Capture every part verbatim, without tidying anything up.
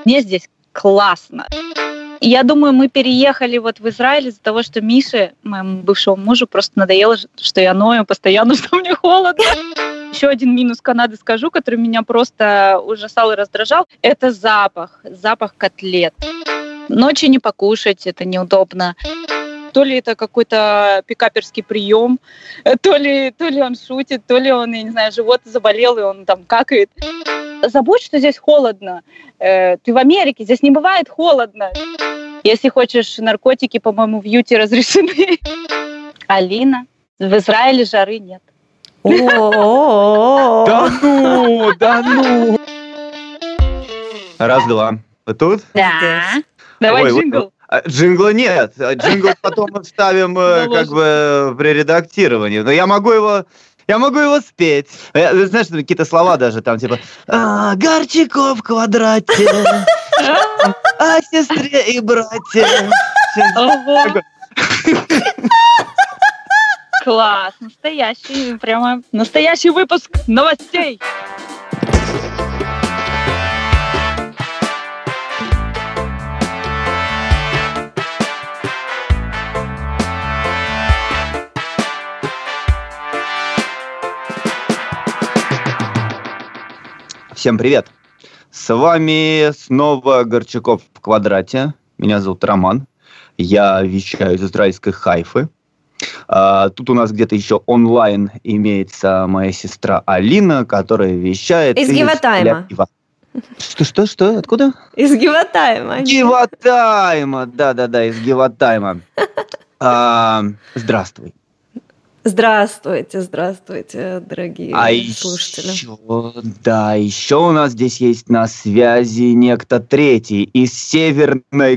Мне здесь классно. Я думаю, мы переехали вот в Израиль из-за того, что Мише, моему бывшему мужу, просто надоело, что я ною постоянно, что мне холодно. Еще один минус Канады скажу, который меня просто ужасал и раздражал, это запах, запах котлет. Ночью не покушать, это неудобно. То ли это какой-то пикаперский прием, то ли, то ли он шутит, то ли он, я не знаю, живот заболел, и он там какает. Забудь, что здесь холодно. Э, ты в Америке, здесь не бывает холодно. Если хочешь наркотики, по-моему, в Юте разрешены. Алина, в Израиле жары нет. Да ну, да ну. Раз, два. Вы тут? Да. Давай джингл. Джингла нет. Джингл потом мы вставим как бы при редактировании. Но я могу его... Я могу его спеть. Я, знаешь, какие-то слова даже там, типа а, Горчаков в квадрате, о сестре и брате. Класс, настоящий, прямо настоящий выпуск новостей. Всем привет! С вами снова Горчаков в квадрате. Меня зовут Роман. Я вещаю из израильской Хайфы. А, тут у нас где-то еще онлайн имеется моя сестра Алина, которая вещает из, из Гиватайма. Что, что, что? Откуда? Из Гиватайма. Гиватайма, да-да-да, из Гиватайма. А, здравствуй. Здравствуйте, здравствуйте, дорогие а слушатели. Еще, да, еще у нас здесь есть на связи некто третий из Северной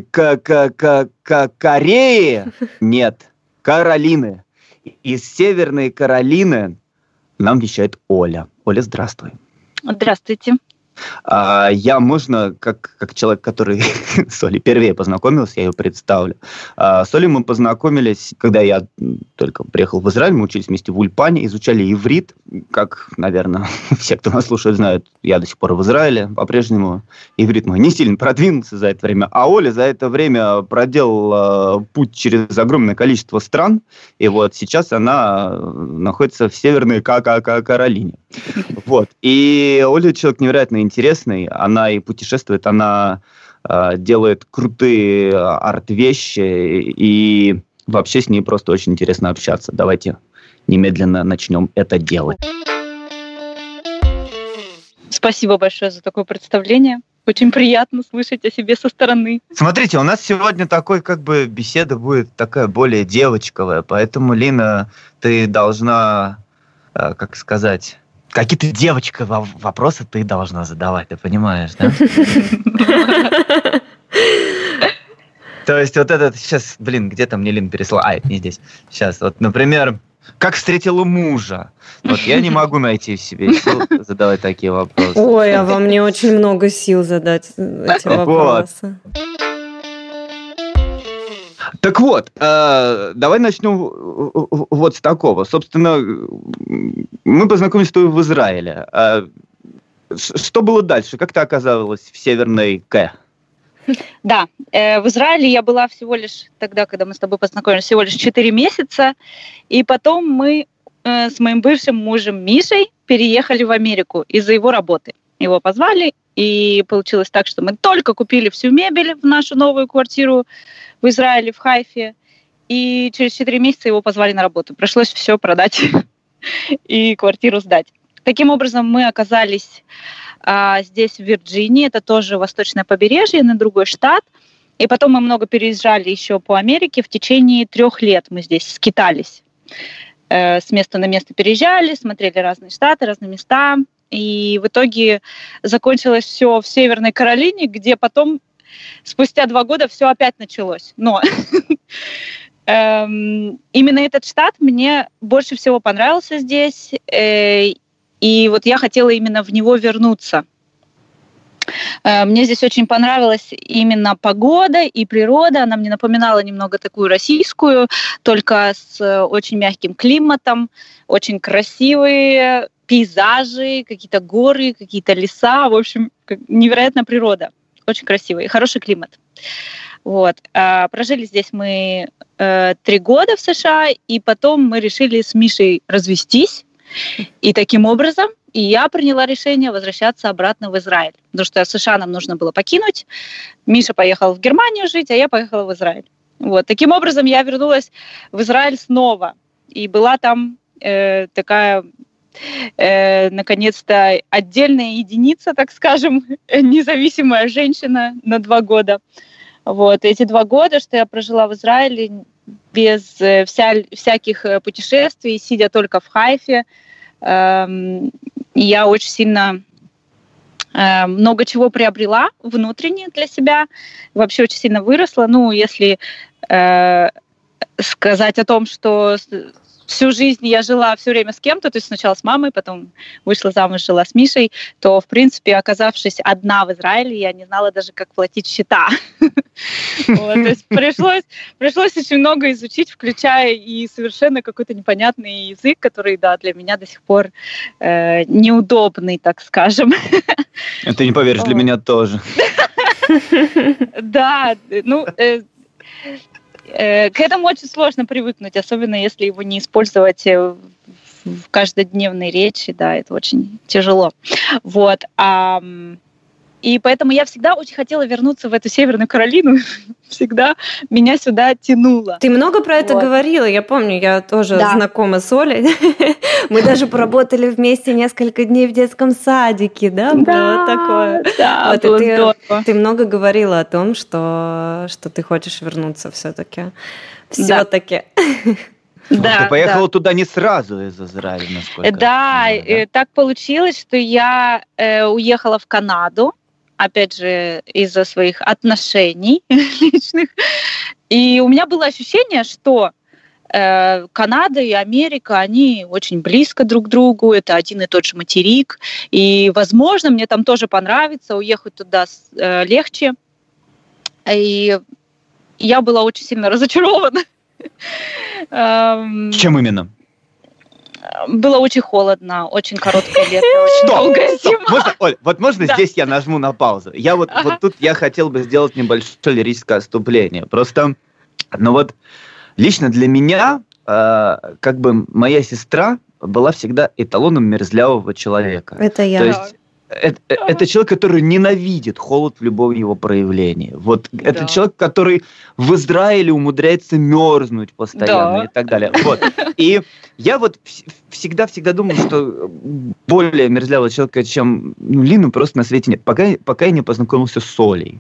Кореи. Нет, Каролины. Из Северной Каролины нам вещает Оля. Оля, здравствуй. Здравствуйте. А, я, можно, как, как человек, который с Олей впервые познакомился, я ее представлю. А, с Олей мы познакомились, когда я только приехал в Израиль, мы учились вместе в Ульпане, изучали иврит. Как, наверное, все, кто нас слушает, знают, я до сих пор в Израиле. По-прежнему иврит мой не сильно продвинулся за это время. А Оля за это время проделала путь через огромное количество стран. И вот сейчас она находится в Северной Каролине. Вот. И Оля человек невероятно интересный, она и путешествует, она э, делает крутые арт-вещи, и вообще с ней просто очень интересно общаться. Давайте немедленно начнем это делать. Спасибо большое за такое представление. Очень приятно слышать о себе со стороны. Смотрите, у нас сегодня такой, как бы, беседа будет такая более девочковая, поэтому, Лина, ты должна, э, как сказать... Какие-то девочка вопросы ты должна задавать, ты понимаешь, да? То есть вот этот сейчас, блин, где-то мне Лин переслала. А, это не здесь. Сейчас, вот, например, как встретила мужа? Вот я не могу найти в себе сил задавать такие вопросы. Ой, а во мне очень много сил задать эти вопросы. Так вот, э, давай начнем вот с такого. Собственно, мы познакомились с тобой в Израиле. Э, что было дальше? Как ты оказалась в Северной К? Да, э, в Израиле я была всего лишь тогда, когда мы с тобой познакомились, всего лишь четыре месяца. И потом мы э, с моим бывшим мужем Мишей переехали в Америку из-за его работы. Его позвали, и получилось так, что мы только купили всю мебель в нашу новую квартиру в Израиле, в Хайфе, и через четыре месяца его позвали на работу. Пришлось все продать и квартиру сдать. Таким образом, мы оказались а, здесь, в Вирджинии, это тоже восточное побережье, на другой штат, и потом мы много переезжали еще по Америке. В течение трех лет мы здесь скитались. Э, с места на место переезжали, смотрели разные штаты, разные места, и в итоге закончилось все в Северной Каролине, где потом спустя два года все опять началось. Но эм, именно этот штат мне больше всего понравился здесь. Э, и вот я хотела именно в него вернуться. Э, мне здесь очень понравилась именно погода и природа. Она мне напоминала немного такую российскую, только с очень мягким климатом, очень красивые пейзажи, какие-то горы, какие-то леса. В общем, невероятная природа. очень красиво и хороший климат. Вот. А прожили здесь мы э, три года в США, и потом мы решили с Мишей развестись. И таким образом и я приняла решение возвращаться обратно в Израиль. Потому что США нам нужно было покинуть. Миша поехал в Германию жить, а я поехала в Израиль. Вот. Таким образом я вернулась в Израиль снова. И была там э, такая, э, наконец-то, отдельная единица, так скажем, независимая женщина на два года. Вот. Эти два года, что я прожила в Израиле без вся, всяких путешествий, сидя только в Хайфе, э, я очень сильно э, много чего приобрела внутренне для себя, вообще очень сильно выросла. Ну, если э, сказать о том, что всю жизнь я жила все время с кем-то, то есть сначала с мамой, потом вышла замуж, жила с Мишей, то, в принципе, оказавшись одна в Израиле, я не знала даже, как платить счета. То есть пришлось очень много изучить, включая и совершенно какой-то непонятный язык, который, да, для меня до сих пор неудобный, так скажем. Ты не поверишь, для меня тоже. Да, ну... К этому очень сложно привыкнуть, особенно если его не использовать в каждодневной речи, да, это очень тяжело. Вот. И поэтому я всегда очень хотела вернуться в эту Северную Каролину, всегда меня сюда тянуло. Ты много про это вот. говорила, я помню, я тоже да. знакома с Олей. Мы даже поработали вместе несколько дней в детском садике, да? Да, было такое. Да, вот, было ты, здорово. Ты много говорила о том, что, что ты хочешь вернуться все-таки. Все-таки. Да, ты поехала да. туда не сразу из Израиля, насколько да, я понимаю, да, так получилось, что я э, уехала в Канаду, опять же, из-за своих отношений личных. И у меня было ощущение, что э, Канада и Америка, они очень близко друг к другу, это один и тот же материк. И, возможно, мне там тоже понравится, уехать туда э, легче. И я была очень сильно разочарована. Чем именно? Было очень холодно, очень короткое лето, очень стоп, долгая стоп. зима. Можно, Оль, вот можно да. здесь я нажму на паузу? Я вот, ага. вот тут я хотел бы сделать небольшое лирическое отступление. Просто, ну вот, лично для меня, э, как бы моя сестра была всегда эталоном мерзлявого человека. Это я. То есть, Это, это человек, который ненавидит холод в любом его проявлении. Вот да. это человек, который в Израиле умудряется мерзнуть постоянно да. и так далее. Вот. И я вот всегда-всегда думал, что более мерзлявого человека, чем ну, Лину, просто на свете нет. Пока, пока я не познакомился с Олей.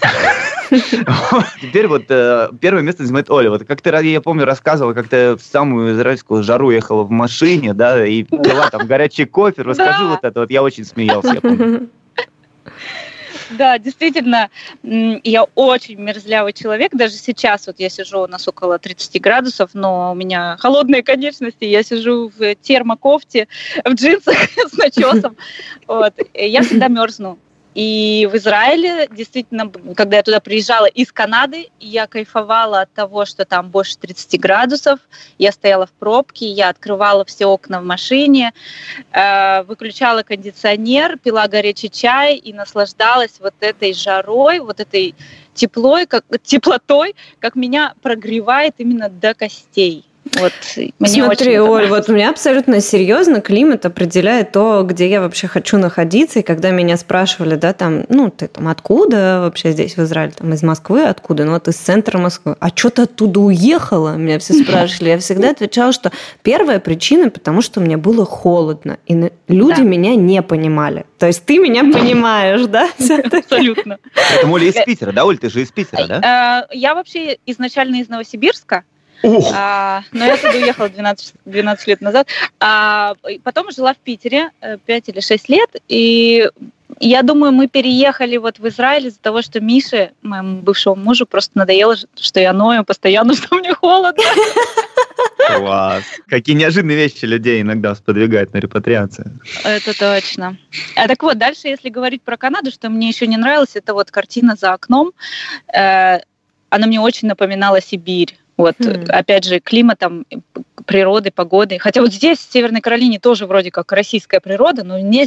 Теперь вот э, первое место занимает Оля. Вот как ты, я помню, рассказывала, как ты в самую израильскую жару ехала в машине, да, и пила там горячий кофе. Расскажи вот это, вот я очень смеялся, я помню. Да, действительно, я очень мерзлявый человек. Даже сейчас вот я сижу, у нас около тридцать градусов, но у меня холодные конечности, я сижу в термокофте, в джинсах с начесом. Вот. Я всегда мерзну. И в Израиле, действительно, когда я туда приезжала из Канады, я кайфовала от того, что там больше тридцать градусов. Я стояла в пробке, я открывала все окна в машине, выключала кондиционер, пила горячий чай и наслаждалась вот этой жарой, вот этой теплой, как, теплотой, как меня прогревает именно до костей. Вот, смотри, Оль, вот у меня абсолютно серьезно климат определяет то, где я вообще хочу находиться. И когда меня спрашивали, да, там, ну, ты там откуда вообще здесь в Израиле, там, из Москвы, откуда? Ну, вот из центра Москвы. А что ты оттуда уехала? Меня все спрашивали. Я всегда отвечала, что первая причина, потому что мне было холодно. И люди да. меня не понимали. То есть ты меня понимаешь, да? Абсолютно. Поэтому Оля из Питера, да, Оль? Ты же из Питера, да? Я вообще изначально из Новосибирска. А, но я туда уехала двенадцать, двенадцать лет назад. А потом жила в Питере пять или шесть лет. И я думаю, мы переехали вот в Израиль из-за того, что Мише, моему бывшему мужу, просто надоело, что я ною постоянно, что мне холодно. Класс. Какие неожиданные вещи людей иногда сподвигают на репатриацию. Это точно. А так вот, дальше, если говорить про Канаду, что мне еще не нравилось, это вот картина за окном. Она мне очень напоминала Сибирь. Вот, mm. опять же, климатом, природой, погодой. Хотя вот здесь, в Северной Каролине, тоже вроде как российская природа, но мне здесь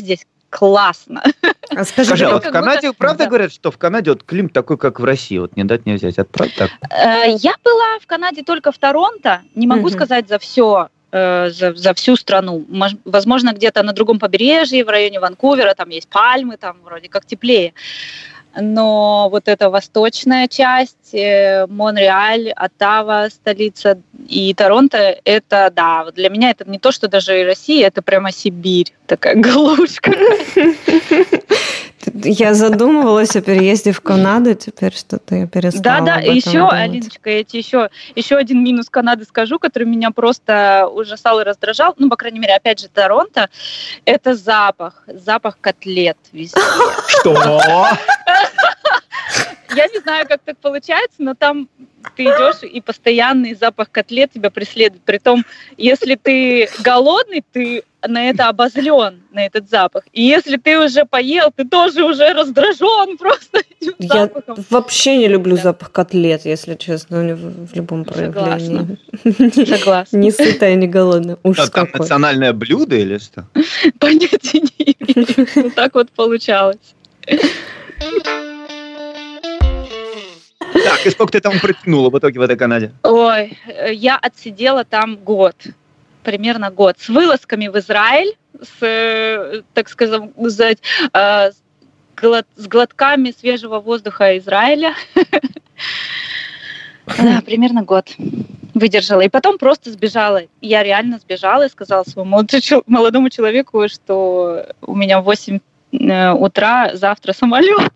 классно. А скажи, скажи а вот в Канаде, будто... правда да. говорят, что в Канаде вот климат такой, как в России, вот не дать не взять, это правда так? Я была в Канаде только в Торонто, не могу угу. сказать за все, за, за всю страну. Возможно, где-то на другом побережье, в районе Ванкувера, там есть пальмы, там вроде как теплее. Но вот эта восточная часть, Монреаль, Оттава, столица, и Торонто, это, да, для меня это не то, что даже и Россия, это прямо Сибирь, такая глушка. Я задумывалась о переезде в Канаду, теперь что-то я перестала. Да, да, еще, Алиночка, я тебе еще, еще один минус Канады скажу, который меня просто ужасал и раздражал, ну, по крайней мере, опять же, Торонто, это запах, запах котлет везде. Что? Я не знаю, как так получается, но там ты идешь, и постоянный запах котлет тебя преследует. Притом, если ты голодный, ты на это обозлен, на этот запах. И если ты уже поел, ты тоже уже раздражен просто этим Я запахом. Я вообще не люблю да. запах котлет, если честно, в любом проявлении. Согласна. Согласна. Не сытая, не голодная. Ужас какой. Там национальное блюдо или что? Понятия не имею. Так вот получалось. Так, и сколько ты там протянула в итоге в этой Канаде? Ой, я отсидела там год, примерно год, с вылазками в Израиль, с, так сказать, с глотками свежего воздуха Израиля. Да, примерно год выдержала. И потом просто сбежала. Я реально сбежала и сказала своему молодому человеку, что у меня в восемь утра завтра самолет.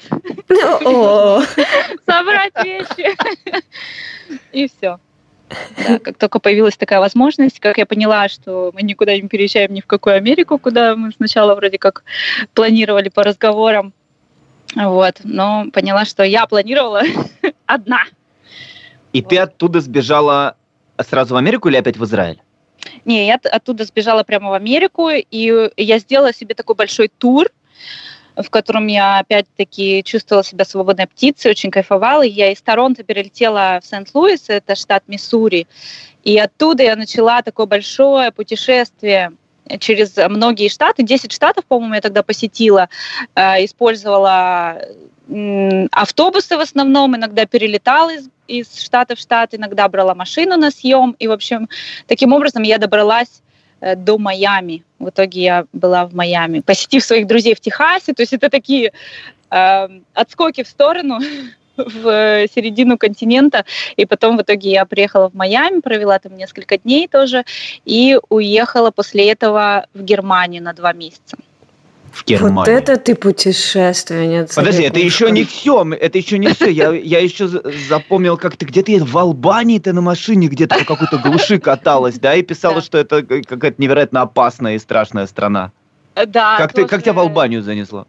Собрать вещи. И все. Да, как только появилась такая возможность, как я поняла, что мы никуда не переезжаем ни в какую Америку, куда мы сначала вроде как планировали по разговорам. Вот. Но поняла, что я планировала одна. И вот. Ты оттуда сбежала сразу в Америку или опять в Израиль? Не, я оттуда сбежала прямо в Америку, и я сделала себе такой большой тур, в котором я опять-таки чувствовала себя свободной птицей, очень кайфовала. Я из Торонто перелетела в Сент-Луис, это штат Миссури, и оттуда я начала такое большое путешествие через многие штаты, десять штатов, по-моему, я тогда посетила, использовала автобусы в основном, иногда перелетала из, из штата в штат, иногда брала машину на съем, и, в общем, таким образом я добралась до Майами. В итоге я была в Майами, посетив своих друзей в Техасе. То есть это такие э, отскоки в сторону, в середину континента. И потом в итоге я приехала в Майами, провела там несколько дней тоже, и уехала после этого в Германию на два месяца. В Германию. Вот это ты путешественница. Подожди, это еще не все, это еще не все. Я, я еще запомнил, как ты где-то в Албании ты на машине где-то по какой-то глуши каталась, да, и писала, да. что это какая-то невероятно опасная и страшная страна. Да. Как, ты, как тебя в Албанию занесло?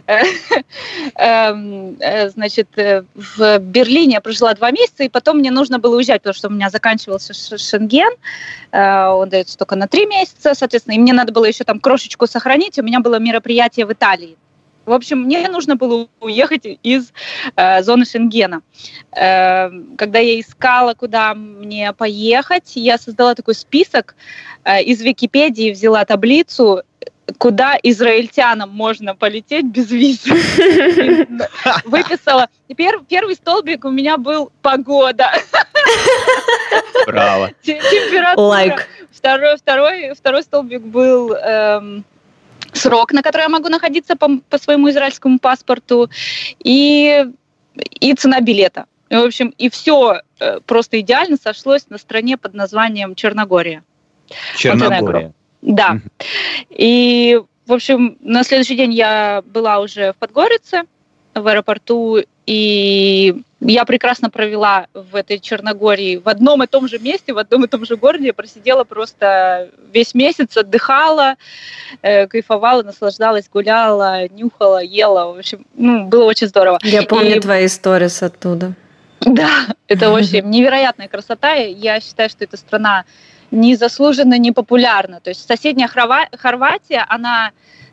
Значит, в Берлине я прожила два месяца, и потом мне нужно было уезжать, потому что у меня заканчивался Шенген, он дается только на три месяца, соответственно, и мне надо было еще там крошечку сохранить, у меня было мероприятие в Италии. В общем, мне нужно было уехать из э, зоны Шенгена. Э, когда я искала, куда мне поехать, я создала такой список, э, из Википедии взяла таблицу, куда израильтянам можно полететь без визы. Выписала. Первый столбик у меня был погода. Браво. Температура. Второй, второй, второй столбик был эм, срок, на который я могу находиться по, по своему израильскому паспорту, и, и цена билета. И, в общем, и все э, просто идеально сошлось на стране под названием Черногория. Черногория. Да. И, в общем, на следующий день я была уже в Подгорице, в аэропорту, и я прекрасно провела в этой Черногории в одном и том же месте, в одном и том же городе. Я просидела просто весь месяц, отдыхала, э, кайфовала, наслаждалась, гуляла, нюхала, ела. В общем, ну, было очень здорово. Я помню и... твои сторис оттуда. Да, это вообще невероятная красота. Я считаю, что эта страна незаслуженно не популярна. То есть соседняя Хорватия, она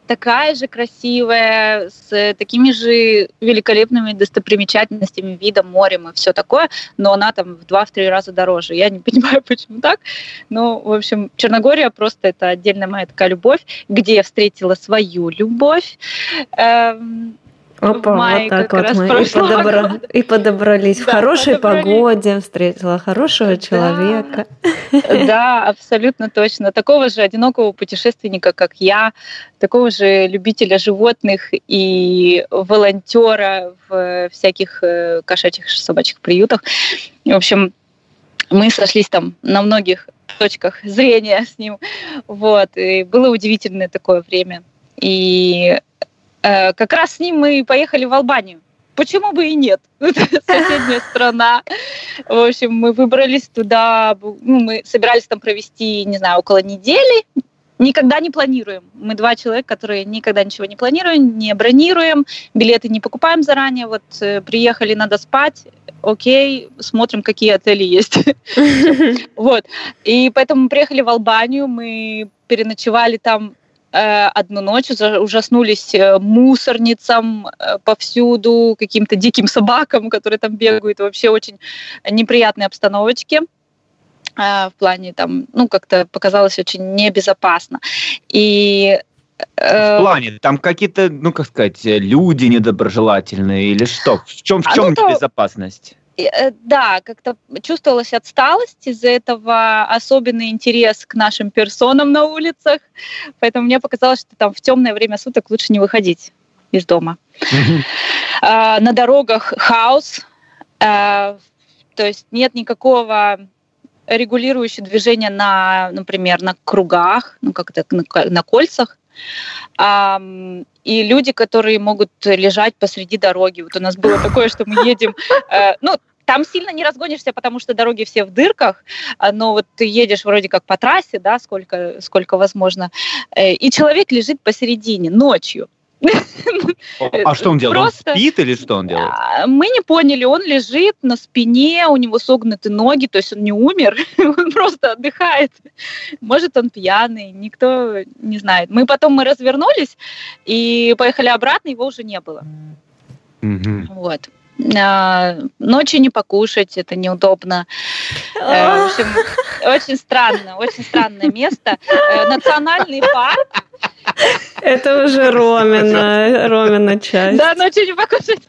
такая же красивая, с такими же великолепными достопримечательностями, видом, морем и все такое, но она там в два-три раза дороже. Я не понимаю, почему так. Но, в общем, Черногория просто это отдельная моя такая любовь, где я встретила свою любовь. Эм, Опа, вот так вот мы и, подобра... и подобрались. Да, в хорошей подобрали. Погоде встретила хорошего да. человека. Да, абсолютно точно. Такого же одинокого путешественника, как я, такого же любителя животных и волонтера в всяких кошачьих собачьих приютах. В общем, мы сошлись там на многих точках зрения с ним. Вот. И было удивительное такое время. И как раз с ним мы поехали в Албанию. Почему бы и нет? Соседняя страна. В общем, мы выбрались туда. Ну, мы собирались там провести, не знаю, около недели. Никогда не планируем. Мы два человека, которые никогда ничего не планируем, не бронируем, билеты не покупаем заранее. Вот приехали, надо спать. Окей, смотрим, какие отели есть. Вот. И поэтому мы приехали в Албанию. Мы переночевали там одну ночь, ужаснулись мусорницам повсюду, каким-то диким собакам, которые там бегают, вообще очень неприятные обстановочки. В плане там, ну, как-то показалось очень небезопасно. И в плане, там какие-то, ну, как сказать, люди недоброжелательные или что? В чем, в чем а, ну, небезопасность? Да, как-то чувствовалась отсталость, из-за этого особенный интерес к нашим персонам на улицах, поэтому мне показалось, что там в темное время суток лучше не выходить из дома. Mm-hmm. На дорогах хаос, то есть нет никакого регулирующего движения на, например, на кругах, ну как-то на, на кольцах. Um, и люди, которые могут лежать посреди дороги. Вот у нас было такое, что мы едем... Uh, ну, там сильно не разгонишься, потому что дороги все в дырках, но вот ты едешь вроде как по трассе, да, сколько, сколько возможно, и человек лежит посередине ночью. А что он делает? Просто... Он спит или что он делает? Мы не поняли. Он лежит на спине, у него согнуты ноги, то есть он не умер, он просто отдыхает. Может, он пьяный, никто не знает. Мы потом мы развернулись и поехали обратно, его уже не было. Mm-hmm. Вот. А, ночью не покушать, это неудобно. В общем, очень странно, очень странное место. Национальный парк. Это уже Ромина, Ромина часть. Да, ночью не покушать.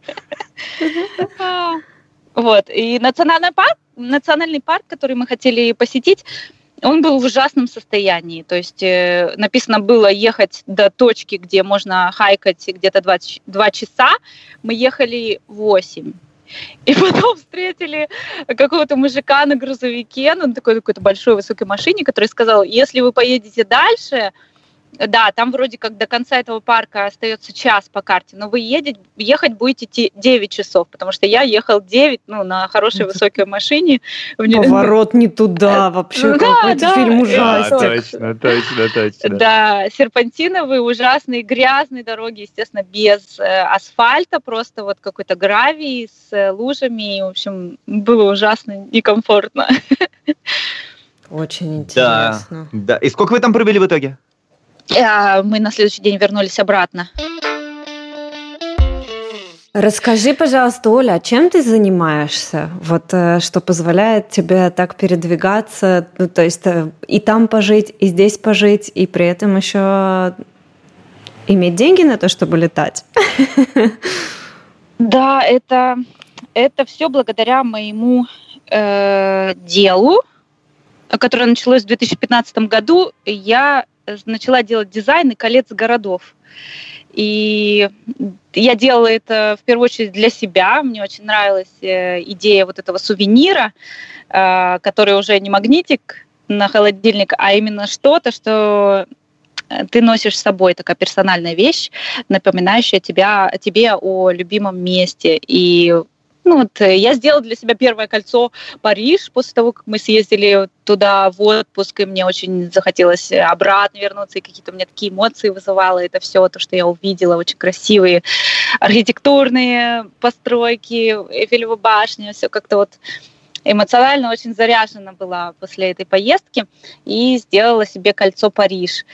Вот. И национальный парк, национальный парк, который мы хотели посетить, он был в ужасном состоянии. То есть э, написано было ехать до точки, где можно хайкать где-то два часа. Мы ехали восемь. И потом встретили какого-то мужика на грузовике, на такой какой-то большой высокой машине, который сказал, если вы поедете дальше... Да, там вроде как до конца этого парка остается час по карте, но вы едете, ехать будете девять часов, потому что я ехал девять, ну, на хорошей высокой машине. Поворот не туда вообще, да, какой-то да, фильм ужасный. Да, точно, точно, точно. Да, серпантиновые, ужасные, грязные дороги, естественно, без э, асфальта, просто вот какой-то гравий с э, лужами, в общем, было ужасно некомфортно. Очень интересно. Да, да. И сколько вы там провели в итоге? Мы на следующий день вернулись обратно. Расскажи, пожалуйста, Оля, чем ты занимаешься? Вот что позволяет тебе так передвигаться, ну, то есть и там пожить, и здесь пожить, и при этом еще иметь деньги на то, чтобы летать? Да, это, это все благодаря моему э, делу, которое началось в две тысячи пятнадцатом году. Я начала делать дизайны колец городов. И я делала это в первую очередь для себя. Мне очень нравилась идея вот этого сувенира, который уже не магнитик на холодильник, а именно что-то, что ты носишь с собой, такая персональная вещь, напоминающая тебя, тебе о любимом месте. И ну, вот, я сделала для себя первое кольцо Париж после того, как мы съездили туда в отпуск, и мне очень захотелось обратно вернуться, и какие-то у меня такие эмоции вызывало это все, то, что я увидела, очень красивые архитектурные постройки, Эйфелева башня, все как-то вот эмоционально очень заряжена была после этой поездки, и сделала себе кольцо Париж.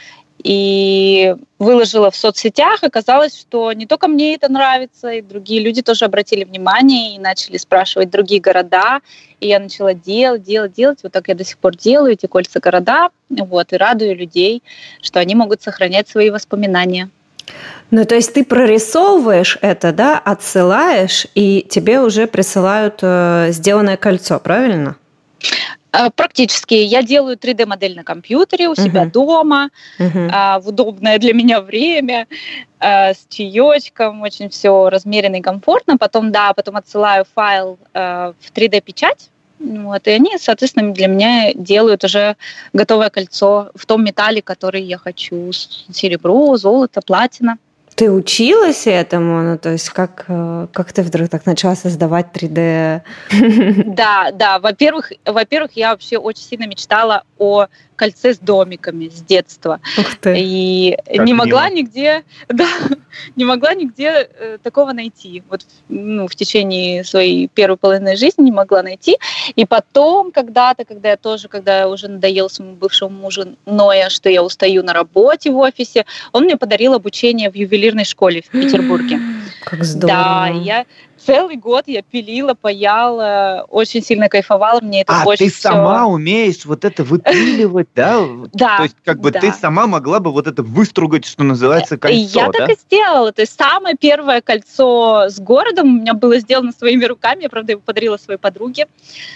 и выложила в соцсетях. Оказалось, что не только мне это нравится, и другие люди тоже обратили внимание и начали спрашивать другие города. И я начала делать, делать, делать. Вот так я до сих пор делаю эти кольца-города, вот, и радую людей, что они могут сохранять свои воспоминания. Ну, то есть ты прорисовываешь это, да, отсылаешь, и тебе уже присылают э, сделанное кольцо, правильно? Практически. Я делаю три дэ-модель на компьютере у себя uh-huh. дома, uh-huh. в удобное для меня время, с чаечком, очень все размеренно и комфортно. Потом, да, потом отсылаю файл в три дэ-печать, вот, и они, соответственно, для меня делают уже готовое кольцо в том металле, который я хочу. Серебро, золото, платина. Ты училась этому? Ну, то есть как, как ты вдруг так начала создавать три дэ? Да, да. Во-первых, во-первых, я вообще очень сильно мечтала о кольце с домиками с детства. Ух ты. И как не могла мило. нигде, да, не могла нигде э, такого найти. Вот ну, в течение своей первой половины жизни не могла найти. И потом когда-то, когда я тоже, когда уже надоел своему бывшему мужу Ноя, что я устаю на работе в офисе, он мне подарил обучение в ювелирной школе в Петербурге. Как здорово. Да, я целый год я пилила, паяла, очень сильно кайфовала, мне это а, очень ты все... сама умеешь вот это выпиливать, да? Да. То есть как бы да. ты сама могла бы вот это выстругать, что называется, кольцо, я да? так и сделала. То есть самое первое кольцо с городом у меня было сделано своими руками, я, правда, его подарила своей подруге.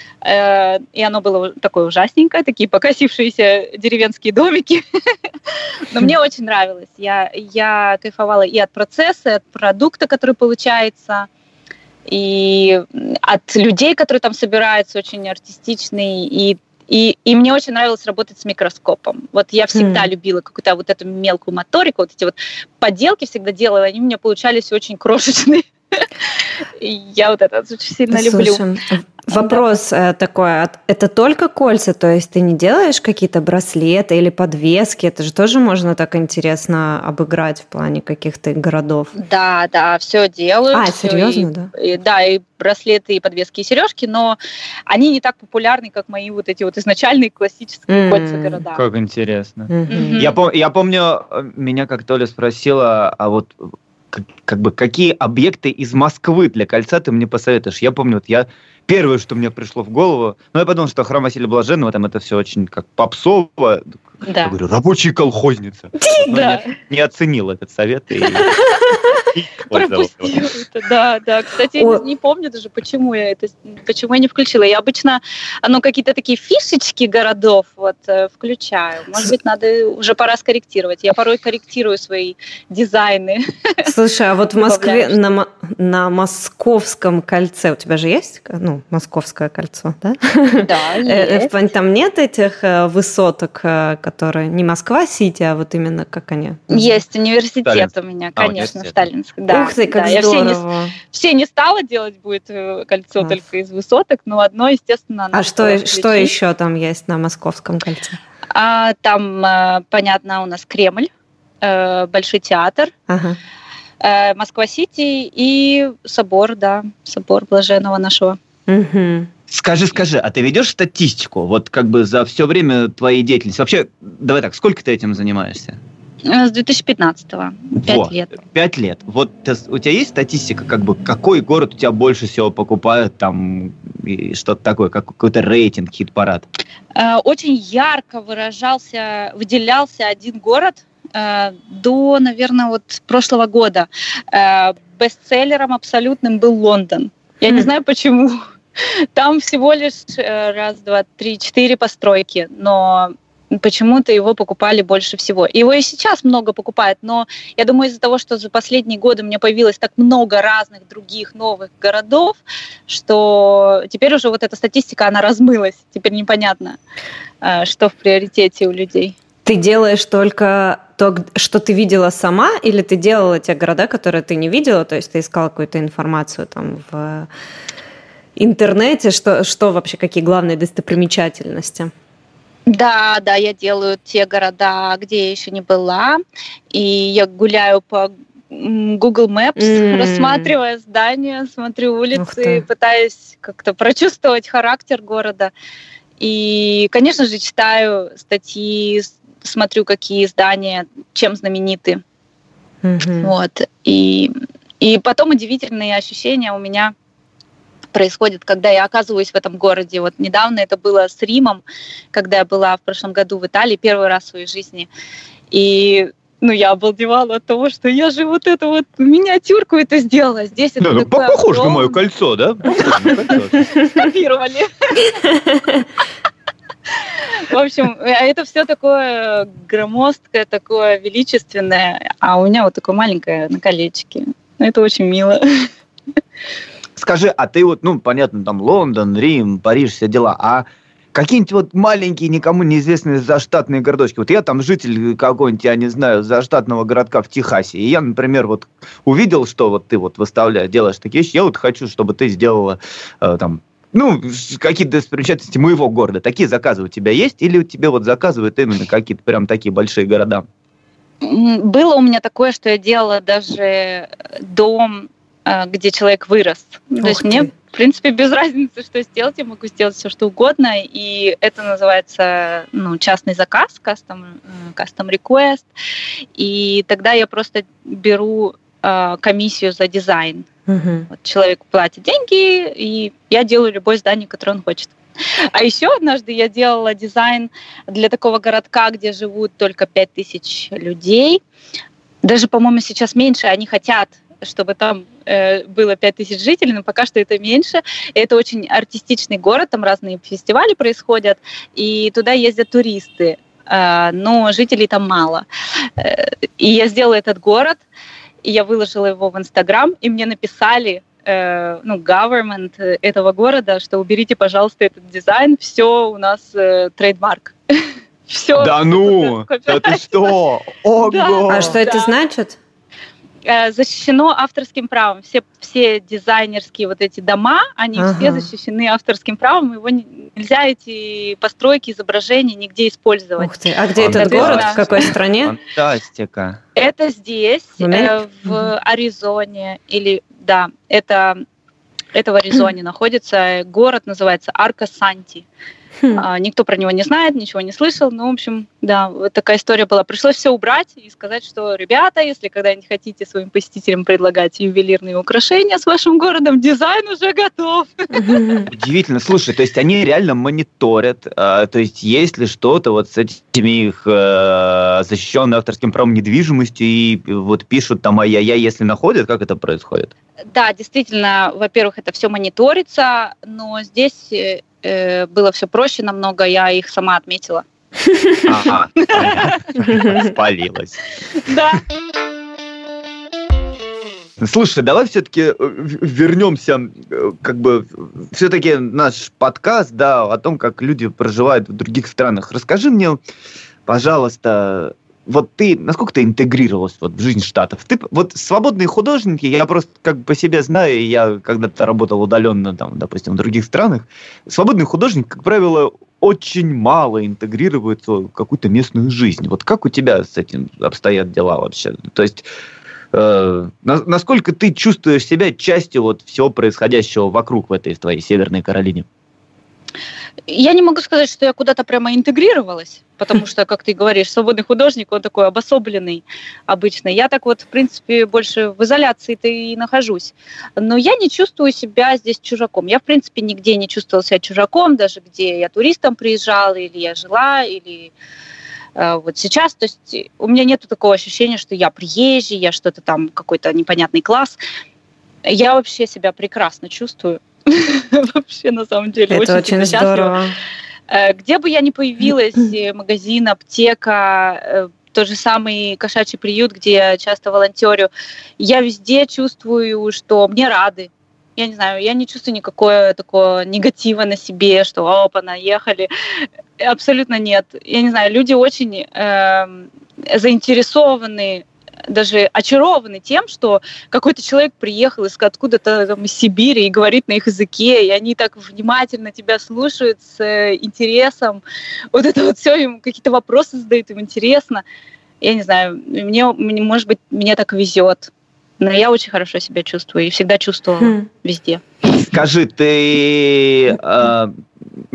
И оно было такое ужасненькое, такие покосившиеся деревенские домики. Но мне очень нравилось. Я, я кайфовала и от процесса, и от продукта, который получается, и от людей, которые там собираются, очень артистичные. И, и, и мне очень нравилось работать с микроскопом. Вот я всегда mm. любила какую-то вот эту мелкую моторику, вот эти вот поделки всегда делала, они у меня получались очень крошечные. Я вот это очень сильно люблю. Вопрос да. такой, это только кольца, то есть ты не делаешь какие-то браслеты или подвески, это же тоже можно так интересно обыграть в плане каких-то городов. Да, да, все делаю. А, все, серьезно, и, да? И, да, и браслеты, и подвески, и сережки, но они не так популярны, как мои вот эти вот изначальные классические mm-hmm. кольца-города. Как интересно. Mm-hmm. Я, пом- я помню, меня как Толя спросила, а вот как, как бы какие объекты из Москвы для кольца ты мне посоветуешь? Я помню, вот я первое, что мне пришло в голову, ну, я подумал, что храм Василия Блаженного, там это все очень как попсово. Да. Я говорю, рабочая колхозница. Да. Не оценил этот совет. Пропустил это, да, да. Кстати, я не помню даже, почему я это, почему я не включила. Я обычно, ну, какие-то такие фишечки городов вот включаю. Может быть, надо уже пора скорректировать. Я порой корректирую свои дизайны. Слушай, а вот в Москве, на, на Московском кольце у тебя же есть, ну, Московское кольцо, да? Да, есть. Там нет этих высоток, которые не Москва-Сити, а вот именно как они? Есть университет Сталинск. У меня, конечно, а, Сталинск. Да, ух ты, как да. здорово. Я все не, все не стала делать будет кольцо а. только из высоток, но одно, естественно, а что, что еще там есть на Московском кольце? А, там, понятно, у нас Кремль, Большой театр, ага. Москва-Сити и собор, да, собор Блаженного нашего. Угу. Скажи, скажи, а ты ведешь статистику вот как бы за все время твоей деятельности? Вообще, давай так, сколько ты этим занимаешься? С две тысячи пятнадцатого. Пять вот, лет. Пять лет. Вот ты, у тебя есть статистика, как бы, какой город у тебя больше всего покупают, там, и что-то такое, как какой-то рейтинг, хит-парад? Очень ярко выражался, выделялся один город до, наверное, вот прошлого года. Бестселлером абсолютным был Лондон. Я mm. не знаю, почему. Там всего лишь раз, два, три, четыре постройки, но почему-то его покупали больше всего. Его и сейчас много покупают, но я думаю, из-за того, что за последние годы у меня появилось так много разных других новых городов, что теперь уже вот эта статистика, она размылась. Теперь непонятно, что в приоритете у людей. Ты делаешь только то, что ты видела сама, или ты делала те города, которые ты не видела, то есть ты искала какую-то информацию там в интернете, что, что вообще, какие главные достопримечательности? Да, да, я делаю те города, где я еще не была, и я гуляю по Google Maps, mm. рассматривая здания, смотрю улицы, пытаюсь как-то прочувствовать характер города. И, конечно же, читаю статьи смотрю, какие здания, чем знамениты. Mm-hmm. Вот. И, и потом удивительные ощущения у меня происходят, когда я оказываюсь в этом городе. Вот недавно это было с Римом, когда я была в прошлом году в Италии, первый раз в своей жизни. И ну, я обалдевала от того, что я же вот эту вот миниатюрку это сделала. Здесь это да, такое похоже огромное... на мое кольцо, да? Копировали. В общем, это все такое громоздкое, такое величественное, а у меня вот такое маленькое на колечке. Это очень мило. Скажи, а ты вот, ну, понятно, там Лондон, Рим, Париж, все дела, а какие-нибудь вот маленькие, никому неизвестные заштатные городочки. Вот я там житель какой-нибудь, я не знаю, заштатного городка в Техасе, и я, например, вот увидел, что вот ты вот выставляешь, делаешь такие вещи, я вот хочу, чтобы ты сделала э, там, ну, какие-то достопримечательности моего города. Такие заказы у тебя есть? Или у тебя вот заказывают именно какие-то прям такие большие города? Было у меня такое, что я делала даже дом, где человек вырос. Ух То есть ты. мне, в принципе, без разницы, что сделать, я могу сделать все, что угодно, и это называется, ну, частный заказ, custom, custom request, и тогда я просто беру э, комиссию за дизайн. Угу. Вот человек платит деньги, и я делаю любое здание, которое он хочет. А еще однажды я делала дизайн для такого городка, где живут только пять тысяч людей. Даже, по-моему, сейчас меньше, они хотят, чтобы там э, было пять тысяч жителей, но пока что это меньше. И это очень артистичный город, там разные фестивали происходят, и туда ездят туристы, э, но жителей там мало. Э, и я сделала этот город, и я выложила его в Инстаграм, и мне написали, э, ну, government этого города, что уберите, пожалуйста, этот дизайн, все у нас э, трейдмарк. Все. Да ну, это что? Ого! А что это значит? Защищено авторским правом. Все, все дизайнерские вот эти дома, они ага. все защищены авторским правом. Его не, нельзя эти постройки, изображения нигде использовать. Ух ты. А где этот город? В какой стране? Фантастика. Это здесь, э, в Аризоне. Или, да, это, это в Аризоне находится. Город называется Арка-Санти. Хм. А, никто про него не знает, ничего не слышал. Ну, в общем, да, вот такая история была. Пришлось все убрать и сказать, что, ребята, если когда-нибудь хотите своим посетителям предлагать ювелирные украшения с вашим городом, дизайн уже готов. Удивительно. Слушай, то есть они реально мониторят, а, то есть есть ли что-то вот с этими их а, защищенной авторским правом недвижимостью и вот пишут там ай-яй-яй, если находят, как это происходит? Да, действительно, во-первых, это все мониторится, но здесь э, было все проще намного, я их сама отметила. Ага, спалилась. Да. Слушай, давай все-таки вернемся, как бы, все-таки наш подкаст, да, о том, как люди проживают в других странах. Расскажи мне, пожалуйста, вот ты, насколько ты интегрировалась вот в жизнь Штатов? Ты, вот свободные художники, я просто как бы по себе знаю, я когда-то работал удаленно, там, допустим, в других странах, свободный художник, как правило, очень мало интегрируется в какую-то местную жизнь. Вот как у тебя с этим обстоят дела вообще? То есть, э, на, насколько ты чувствуешь себя частью вот всего происходящего вокруг в этой твоей Северной Каролине? Я не могу сказать, что я куда-то прямо интегрировалась, потому что, как ты говоришь, свободный художник, он такой обособленный обычно. Я так вот, в принципе, больше в изоляции-то и нахожусь. Но я не чувствую себя здесь чужаком. Я, в принципе, нигде не чувствовала себя чужаком, даже где я туристом приезжала, или я жила, или э, вот сейчас. То есть у меня нет такого ощущения, что я приезжий, я что-то там, какой-то непонятный класс. Я вообще себя прекрасно чувствую. Вообще, на самом деле, это очень, очень здорово. Где бы я ни появилась, магазин, аптека, тот же самый кошачий приют, где я часто волонтерю, я везде чувствую, что мне рады. Я не знаю, я не чувствую никакого такого негатива на себе, что опа, наехали. Абсолютно нет. Я не знаю, люди очень э, заинтересованы, даже очарованы тем, что какой-то человек приехал из откуда-то там, из Сибири и говорит на их языке, и они так внимательно тебя слушают с э, интересом. Вот это вот все, им какие-то вопросы задают, им интересно. Я не знаю, мне, мне может быть, мне так везет. Но я очень хорошо себя чувствую и всегда чувствовала хм. везде. Скажи, ты... Э,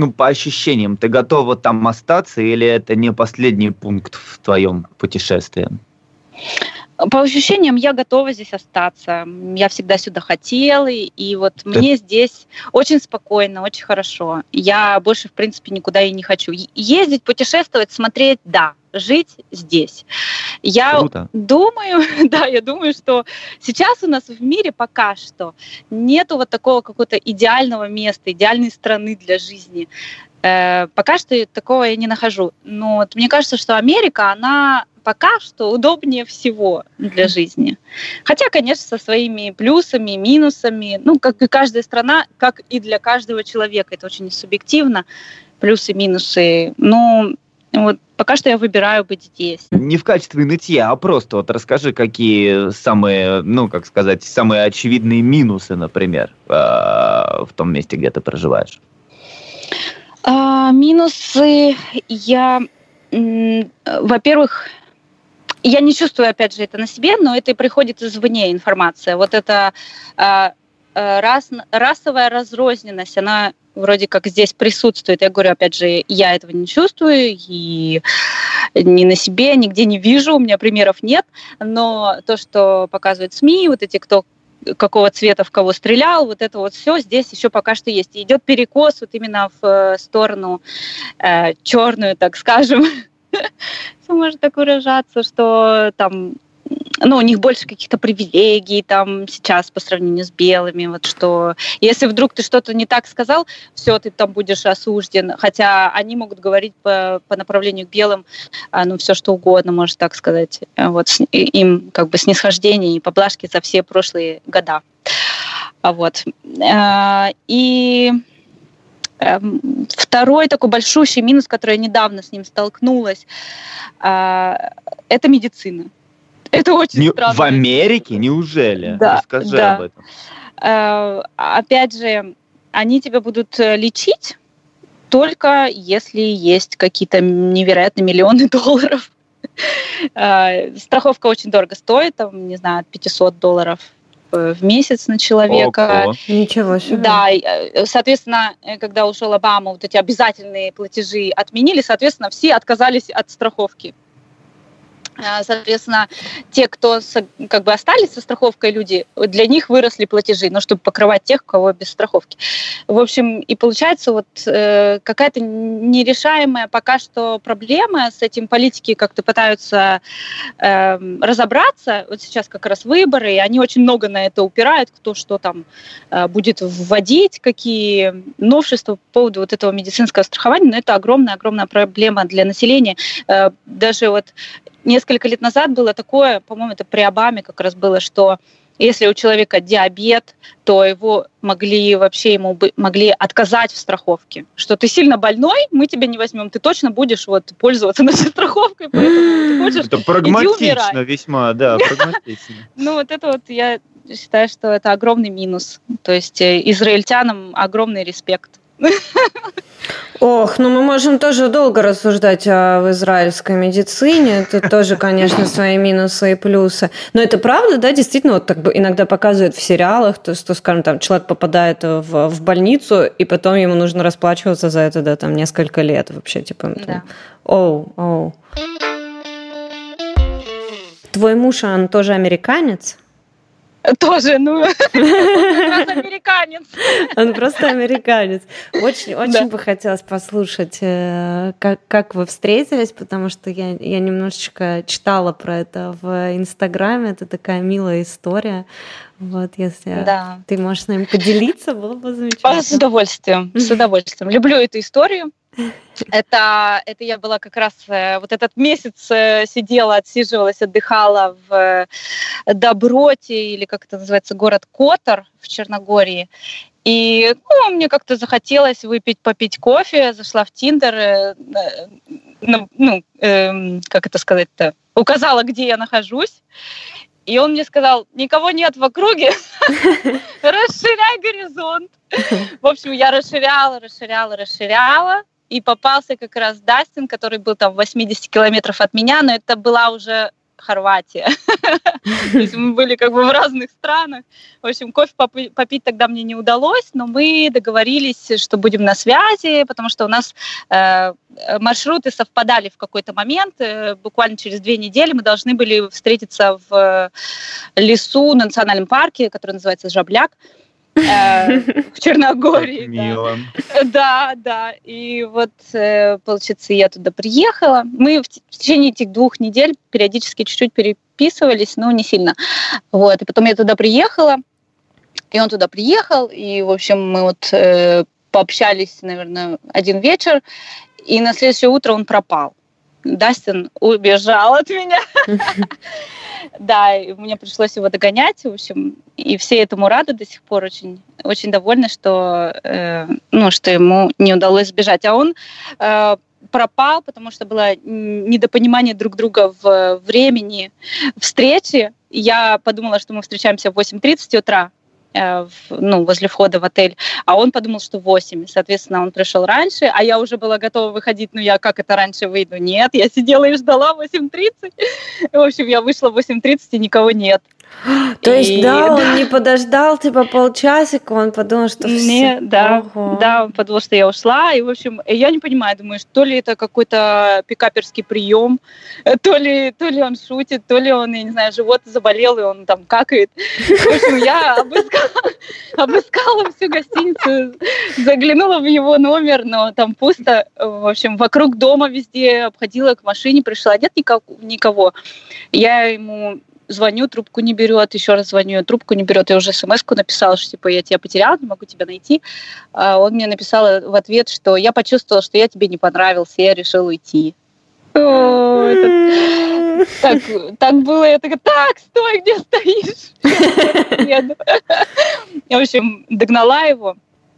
ну, по ощущениям, ты готова там остаться или это не последний пункт в твоем путешествии? По ощущениям, я готова здесь остаться. Я всегда сюда хотела, и вот Ты... мне здесь очень спокойно, очень хорошо. Я больше, в принципе, никуда и не хочу. Ездить, путешествовать, смотреть, да. Жить здесь. Я Круто. думаю, да, я думаю, что сейчас у нас в мире пока что нету вот такого какого-то идеального места, идеальной страны для жизни. Э, пока что такого я не нахожу. Но вот мне кажется, что Америка, она пока что удобнее всего для жизни. Хотя, конечно, со своими плюсами, минусами, ну, как и каждая страна, как и для каждого человека. Это очень субъективно, плюсы, минусы. Но вот пока что я выбираю быть здесь. Не в качестве нытья, а просто вот расскажи, какие самые, ну, как сказать, самые очевидные минусы, например, в том месте, где ты проживаешь. А, минусы я, во-первых, я не чувствую, опять же, это на себе, но это и приходит извне информация. Вот эта а, рас, расовая разрозненность, она вроде как здесь присутствует. Я говорю, опять же, я этого не чувствую, и ни на себе, нигде не вижу, у меня примеров нет, но то, что показывают СМИ, вот эти, кто какого цвета в кого стрелял, вот это вот все здесь еще пока что есть. И идет перекос вот именно в сторону э, черную, так скажем, можно так выражаться, что там, ну, у них больше каких-то привилегий там сейчас по сравнению с белыми, вот что если вдруг ты что-то не так сказал, все, ты там будешь осужден, хотя они могут говорить по, по направлению к белым, ну, все что угодно, можно так сказать, вот им как бы снисхождение и поблажки за все прошлые года. Вот. И второй такой большущий минус, который я недавно с ним столкнулась, это медицина. Это очень Не, странно. В Америке? Неужели? Да, Расскажи да. об этом. Э, опять же, они тебя будут лечить только если есть какие-то невероятные миллионы долларов. Э, страховка очень дорого стоит, там, не знаю, от пятьсот долларов в месяц на человека. Ого. Ничего себе. Да, соответственно, когда ушел Обама, вот эти обязательные платежи отменили, соответственно, все отказались от страховки. Соответственно, те, кто как бы остались со страховкой, люди, для них выросли платежи, но чтобы покрывать тех, у кого без страховки. В общем, и получается вот э, какая-то нерешаемая пока что проблема. С этим политики как-то пытаются э, разобраться. Вот сейчас как раз выборы, и они очень много на это упирают, кто что там э, будет вводить, какие новшества по поводу вот этого медицинского страхования. Но это огромная-огромная проблема для населения. Э, даже вот несколько лет назад было такое, по-моему, это при Обаме как раз было, что если у человека диабет, то его могли вообще ему могли отказать в страховке, что ты сильно больной, мы тебя не возьмем, ты точно будешь вот пользоваться нашей страховкой, поэтому ты хочешь, это прагматично весьма, да, прагматично. Ну вот это вот я считаю, что это огромный минус, то есть израильтянам огромный респект. Ох, ну мы можем тоже долго рассуждать о израильской медицине. Тут тоже, конечно, свои минусы и плюсы. Но это правда, да, действительно, вот так бы иногда показывают в сериалах, то, что, скажем, там человек попадает в, в больницу, и потом ему нужно расплачиваться за это, да, там несколько лет вообще, типа. Там, да. Оу, оу. Твой муж, он тоже американец? Тоже, ну, он как раз американец. Он просто американец. Очень, очень да. бы хотелось послушать, как, как вы встретились, потому что я, я немножечко читала про это в Инстаграме. Это такая милая история. Вот, если да. ты можешь с нами поделиться, было бы замечательно. С удовольствием, с удовольствием. Люблю эту историю. Это, это я была как раз вот этот месяц сидела, отсиживалась, отдыхала в Доброте, или как это называется, город Котор в Черногории. И ну, мне как-то захотелось выпить, попить кофе, зашла в Тиндер, ну, э, как это сказать-то, указала, где я нахожусь. И он мне сказал, никого нет в округе, расширяй горизонт. В общем, я расширяла, расширяла, расширяла. И попался как раз Дастин, который был там в восемьдесят километров от меня, но это была уже Хорватия. То есть мы были как бы в разных странах. В общем, кофе попить тогда мне не удалось, но мы договорились, что будем на связи, потому что у нас маршруты совпадали в какой-то момент. Буквально через две недели мы должны были встретиться в лесу, на национальном парке, который называется Жабляк, в Черногории. Мило. Да, да. И вот, получается, я туда приехала. Мы в течение этих двух недель периодически чуть-чуть переписывались, но не сильно. Вот. И потом я туда приехала, и он туда приехал, и, в общем, мы вот э, пообщались, наверное, один вечер, и на следующее утро он пропал. Дастин убежал от меня. Да, и мне пришлось его догонять, в общем, и все этому рады до сих пор, очень, очень довольны, что, э, ну, что ему не удалось сбежать. А он э, пропал, потому что было недопонимание друг друга в времени встречи. Я подумала, что мы встречаемся в восемь тридцать утра, э, в, ну, возле входа в отель, а он подумал, что в восемь. Соответственно, он пришел раньше, а я уже была готова выходить. Ну, я как это раньше выйду? Нет, я сидела и ждала в восемь тридцать. В общем, я вышла в восемь тридцать, и никого нет. То и, есть, да, да, он не подождал, типа, полчасика, он подумал, что все. Не, да, да, он подумал, что я ушла, и, в общем, я не понимаю, думаю, то ли это какой-то пикаперский прием, то ли, то ли он шутит, то ли он, я не знаю, живот заболел, и он там какает. В общем, я обыскала, обыскала всю гостиницу, заглянула в его номер, но там пусто, в общем, вокруг дома везде обходила, к машине пришла, нет никого. Я ему звоню, трубку не берет, еще раз звоню, трубку не берет. Я уже смс-ку написала, что типа я тебя потеряла, не могу тебя найти. А он мне написал в ответ, что я почувствовала, что я тебе не понравился, и я решила уйти. О, это... так, так было, я такая, так, стой, где стоишь? В общем, догнала его.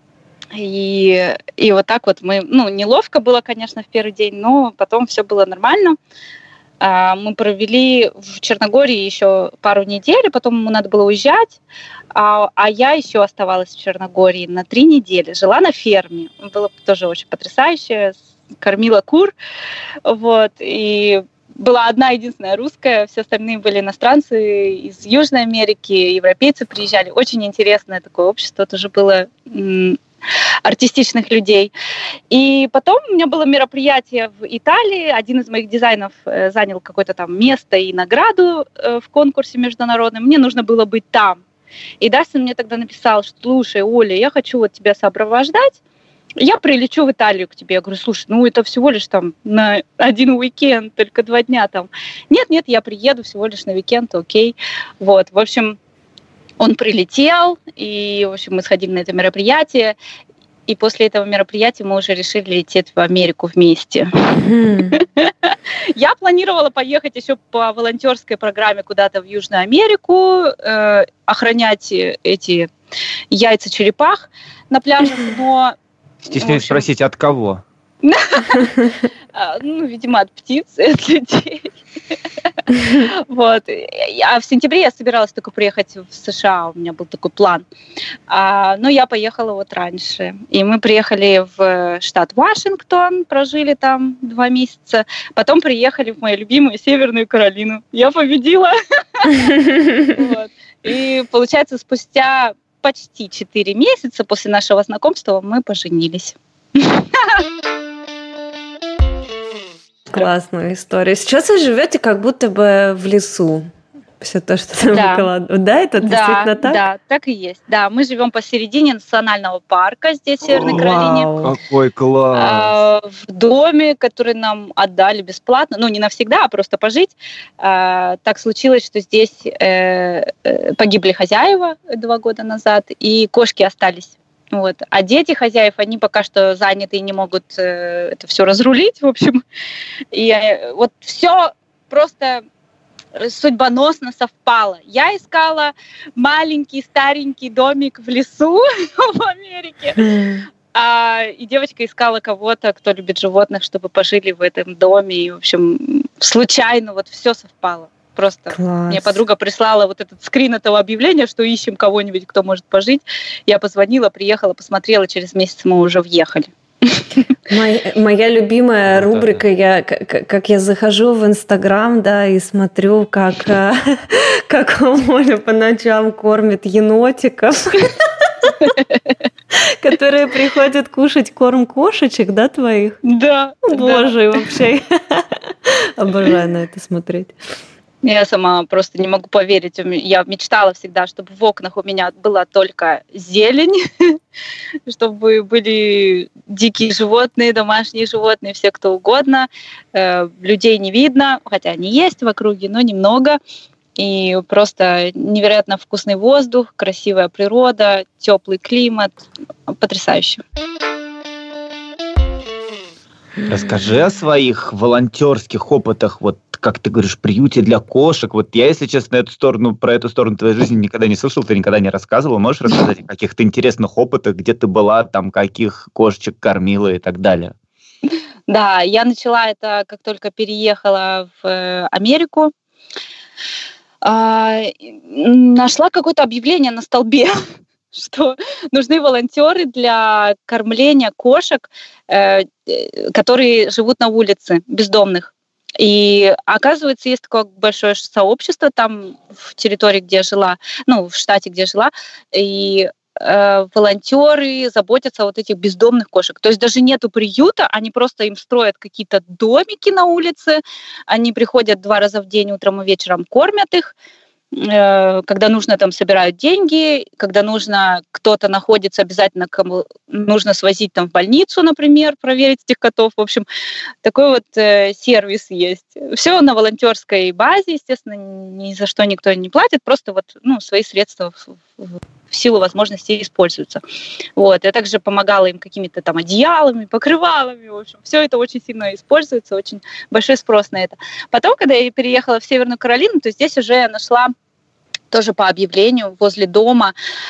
И, и вот так вот мы, ну, неловко было, конечно, в первый день, но потом все было нормально. Мы провели в Черногории еще пару недель, потом ему надо было уезжать, а, а я еще оставалась в Черногории на три недели. Жила на ферме, было тоже очень потрясающе, кормила кур, вот, и была одна единственная русская, все остальные были иностранцы из Южной Америки, европейцы приезжали. Очень интересное такое общество тоже было, артистичных людей. И потом у меня было мероприятие в Италии. Один из моих дизайнов э, занял какое-то там место и награду э, в конкурсе международном. Мне нужно было быть там. И Дастин мне тогда написал, что, слушай, Оля, я хочу вот тебя сопровождать. Я прилечу в Италию к тебе. Я говорю, слушай, ну это всего лишь там на один уикенд, только два дня там. Нет-нет, я приеду всего лишь на уикенд, окей. Вот, в общем, он прилетел, и, в общем, мы сходили на это мероприятие, и после этого мероприятия мы уже решили лететь в Америку вместе. Mm. Я планировала поехать еще по волонтерской программе куда-то в Южную Америку, э, охранять эти яйца черепах на пляжах, но... Стесняюсь общем... спросить, от кого? Ну, видимо, от птиц, от людей. Вот. А в сентябре я собиралась только приехать в США, у меня был такой план. А, но я поехала вот раньше. И мы приехали в штат Вашингтон, прожили там два месяца. Потом приехали в мою любимую Северную Каролину. Я победила. Вот. И, получается, спустя почти четыре месяца после нашего знакомства мы поженились. Классная история. Сейчас вы живете как будто бы в лесу. Все то, что там да. выкладывают. Да, это да, действительно так? Да, так и есть. Да, мы живем посередине национального парка здесь, в Северной Каролине. Какой класс! В доме, который нам отдали бесплатно. Ну, не навсегда, а просто пожить. Так случилось, что здесь погибли хозяева два года назад, и кошки остались. Вот. А дети хозяев, они пока что заняты и не могут э, это все разрулить, в общем. И э, вот все просто судьбоносно совпало. Я искала маленький старенький домик в лесу в Америке, а, и девочка искала кого-то, кто любит животных, чтобы пожили в этом доме. И, в общем, случайно вот все совпало. Просто Класс. Мне подруга прислала вот этот скрин этого объявления, что ищем кого-нибудь, кто может пожить. Я позвонила, приехала, посмотрела, через месяц мы уже въехали. Моя, моя любимая вот рубрика, я, как, как я захожу в Инстаграм, да, и смотрю, как, как Оля по ночам кормит енотиков, которые приходят кушать корм кошечек, да, твоих? Да. Боже, вообще обожаю на это смотреть. Я сама просто не могу поверить. Я мечтала всегда, чтобы в окнах у меня была только зелень, чтобы были дикие животные, домашние животные, все кто угодно. Людей не видно, хотя они есть в округе, но немного. И просто невероятно вкусный воздух, красивая природа, теплый климат. Потрясающе. Расскажи о своих волонтерских опытах, вот как ты говоришь, приюте для кошек. Вот я, если честно, эту сторону, про эту сторону твоей жизни никогда не слышал, ты никогда не рассказывала. Можешь рассказать о каких-то интересных опытах, где ты была, там, каких кошечек кормила и так далее? Да, я начала это, как только переехала в Америку. Нашла какое-то объявление на столбе, что нужны волонтеры для кормления кошек, которые живут на улице, бездомных. И оказывается, есть такое большое сообщество там в территории, где я жила, ну, в штате, где я жила, и э, волонтеры заботятся о вот этих бездомных кошек. То есть даже нету приюта, они просто им строят какие-то домики на улице, они приходят два раза в день, утром и вечером, кормят их. Когда нужно, там собирают деньги, когда нужно, кто-то находится, обязательно кому нужно свозить там в больницу, например, проверить этих котов. В общем, такой вот э, сервис есть. Все на волонтерской базе, естественно, ни за что никто не платит, просто вот, ну, свои средства в, в, в силу возможностей используются. Вот. Я также помогала им какими-то там одеялами, покрывалами, в общем, все это очень сильно используется, очень большой спрос на это. Потом, когда я переехала в Северную Каролину, то здесь уже я нашла тоже по объявлению возле дома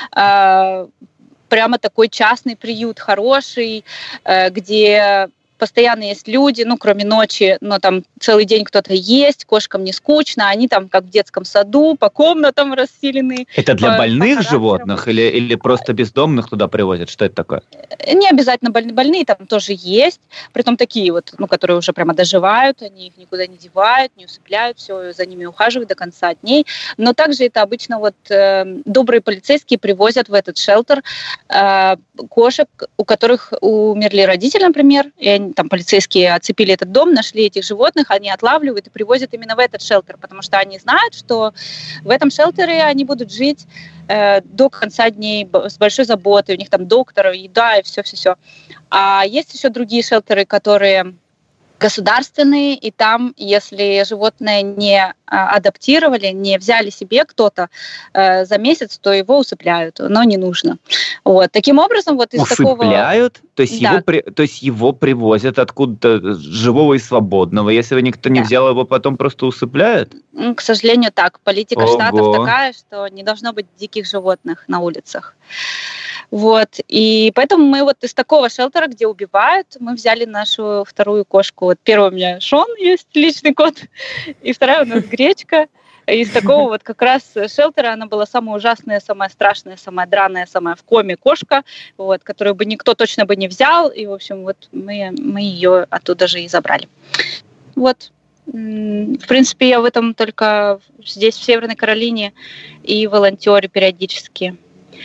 э, прямо такой частный приют хороший, э, где постоянно есть люди, ну, кроме ночи, но там целый день кто-то есть, кошкам не скучно, они там как в детском саду, по комнатам расселены. Это для по, больных по животных или, или просто бездомных туда привозят? Что это такое? Не обязательно больные, больные там тоже есть, притом такие вот, ну, которые уже прямо доживают, они их никуда не девают, не усыпляют, все, за ними ухаживают до конца дней. Но также это обычно вот э, добрые полицейские привозят в этот шелтер э, кошек, у которых умерли родители, например, и они, там полицейские оцепили этот дом, нашли этих животных, они отлавливают и привозят именно в этот шелтер, потому что они знают, что в этом шелтере они будут жить э, до конца дней с большой заботой, у них там доктор, еда и все-все-все. А есть еще другие шелтеры, которые государственные, и там, если животное не адаптировали, не взяли себе кто-то э, за месяц, то его усыпляют, но не нужно. Вот. Таким образом, вот из усыпляют? такого... Усыпляют? То есть, да. его при... то есть его привозят откуда-то живого и свободного, если никто не да. взял его, потом просто усыпляют? К сожалению, так. Политика Ого. штатов такая, что не должно быть диких животных на улицах. Вот. И поэтому мы вот из такого шелтера, где убивают, мы взяли нашу вторую кошку. Вот первый у меня Шон есть, личный кот, и вторая у нас Гречка. Из такого вот как раз шелтера она была самая ужасная, самая страшная, самая драная, самая в коме кошка, вот, которую бы никто точно бы не взял. И, в общем, вот мы, мы ее оттуда же и забрали. Вот. В принципе, я в этом только здесь, в Северной Каролине, и волонтерю периодически.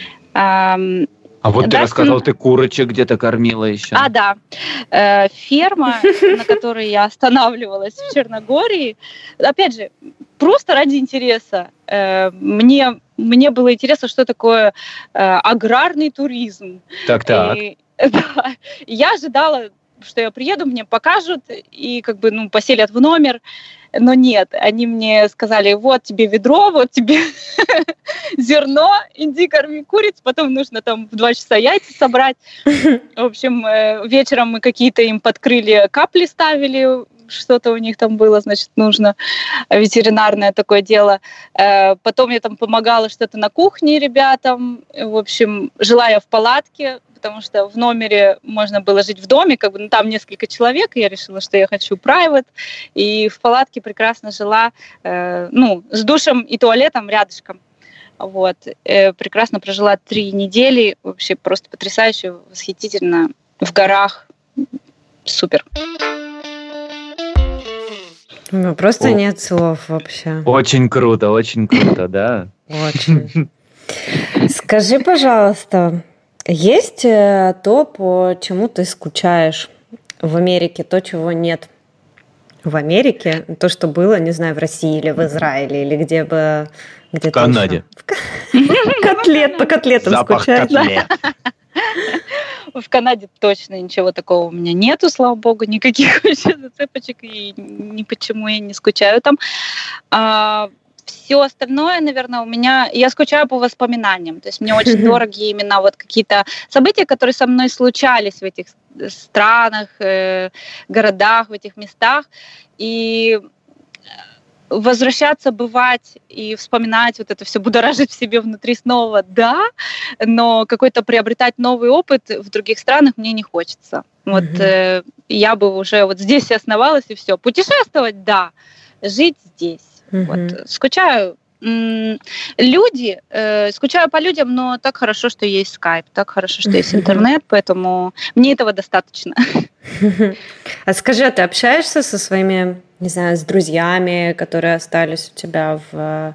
А вот да, ты рассказал, ты курочек где-то кормила еще. А, да. Э, ферма, на которой я останавливалась в Черногории, опять же, просто ради интереса. Э, мне, мне было интересно, что такое э, аграрный туризм. Так-так. И, да, я ожидала, что я приеду, мне покажут и как бы, ну, поселят в номер. Но нет, они мне сказали, вот тебе ведро, вот тебе зерно, иди корми куриц, потом нужно там в два часа яйца собрать. В общем, вечером мы какие-то им подкрыли, капли ставили, что-то у них там было, значит, нужно, ветеринарное такое дело. Потом я там помогала что-то на кухне ребятам. В общем, жила я в палатке, потому что в номере можно было жить в доме, как бы, ну, там несколько человек, и я решила, что я хочу private, и в палатке прекрасно жила, э, ну, с душем и туалетом рядышком. Вот. Э, прекрасно прожила три недели, вообще просто потрясающе, восхитительно, в горах, супер. Ну, просто О. нет слов вообще. Очень круто, очень круто, да. Очень. Скажи, пожалуйста, есть э, то, по чему ты скучаешь в Америке, то, чего нет в Америке, то, что было, не знаю, в России или в Израиле, или где бы... Где В Канаде. Котлет, по котлетам Запах скучаешь. котлет. В Канаде точно ничего такого у меня нету, слава богу, никаких вообще зацепочек, и ни почему я не скучаю там. А, все остальное, наверное, у меня... Я скучаю по воспоминаниям, то есть мне очень дороги именно вот какие-то события, которые со мной случались в этих странах, э, городах, в этих местах, и возвращаться, бывать и вспоминать вот это все, будоражить в себе внутри снова, да, но какой-то приобретать новый опыт в других странах мне не хочется. Вот mm-hmm. э, я бы уже вот здесь и основалась, и все. Путешествовать, да, жить здесь. Mm-hmm. Вот. Скучаю. М- люди, э, скучаю по людям, но так хорошо, что есть скайп, так хорошо, что есть интернет, поэтому мне этого достаточно. А скажи, а ты общаешься со своими, не знаю, с друзьями, которые остались у тебя в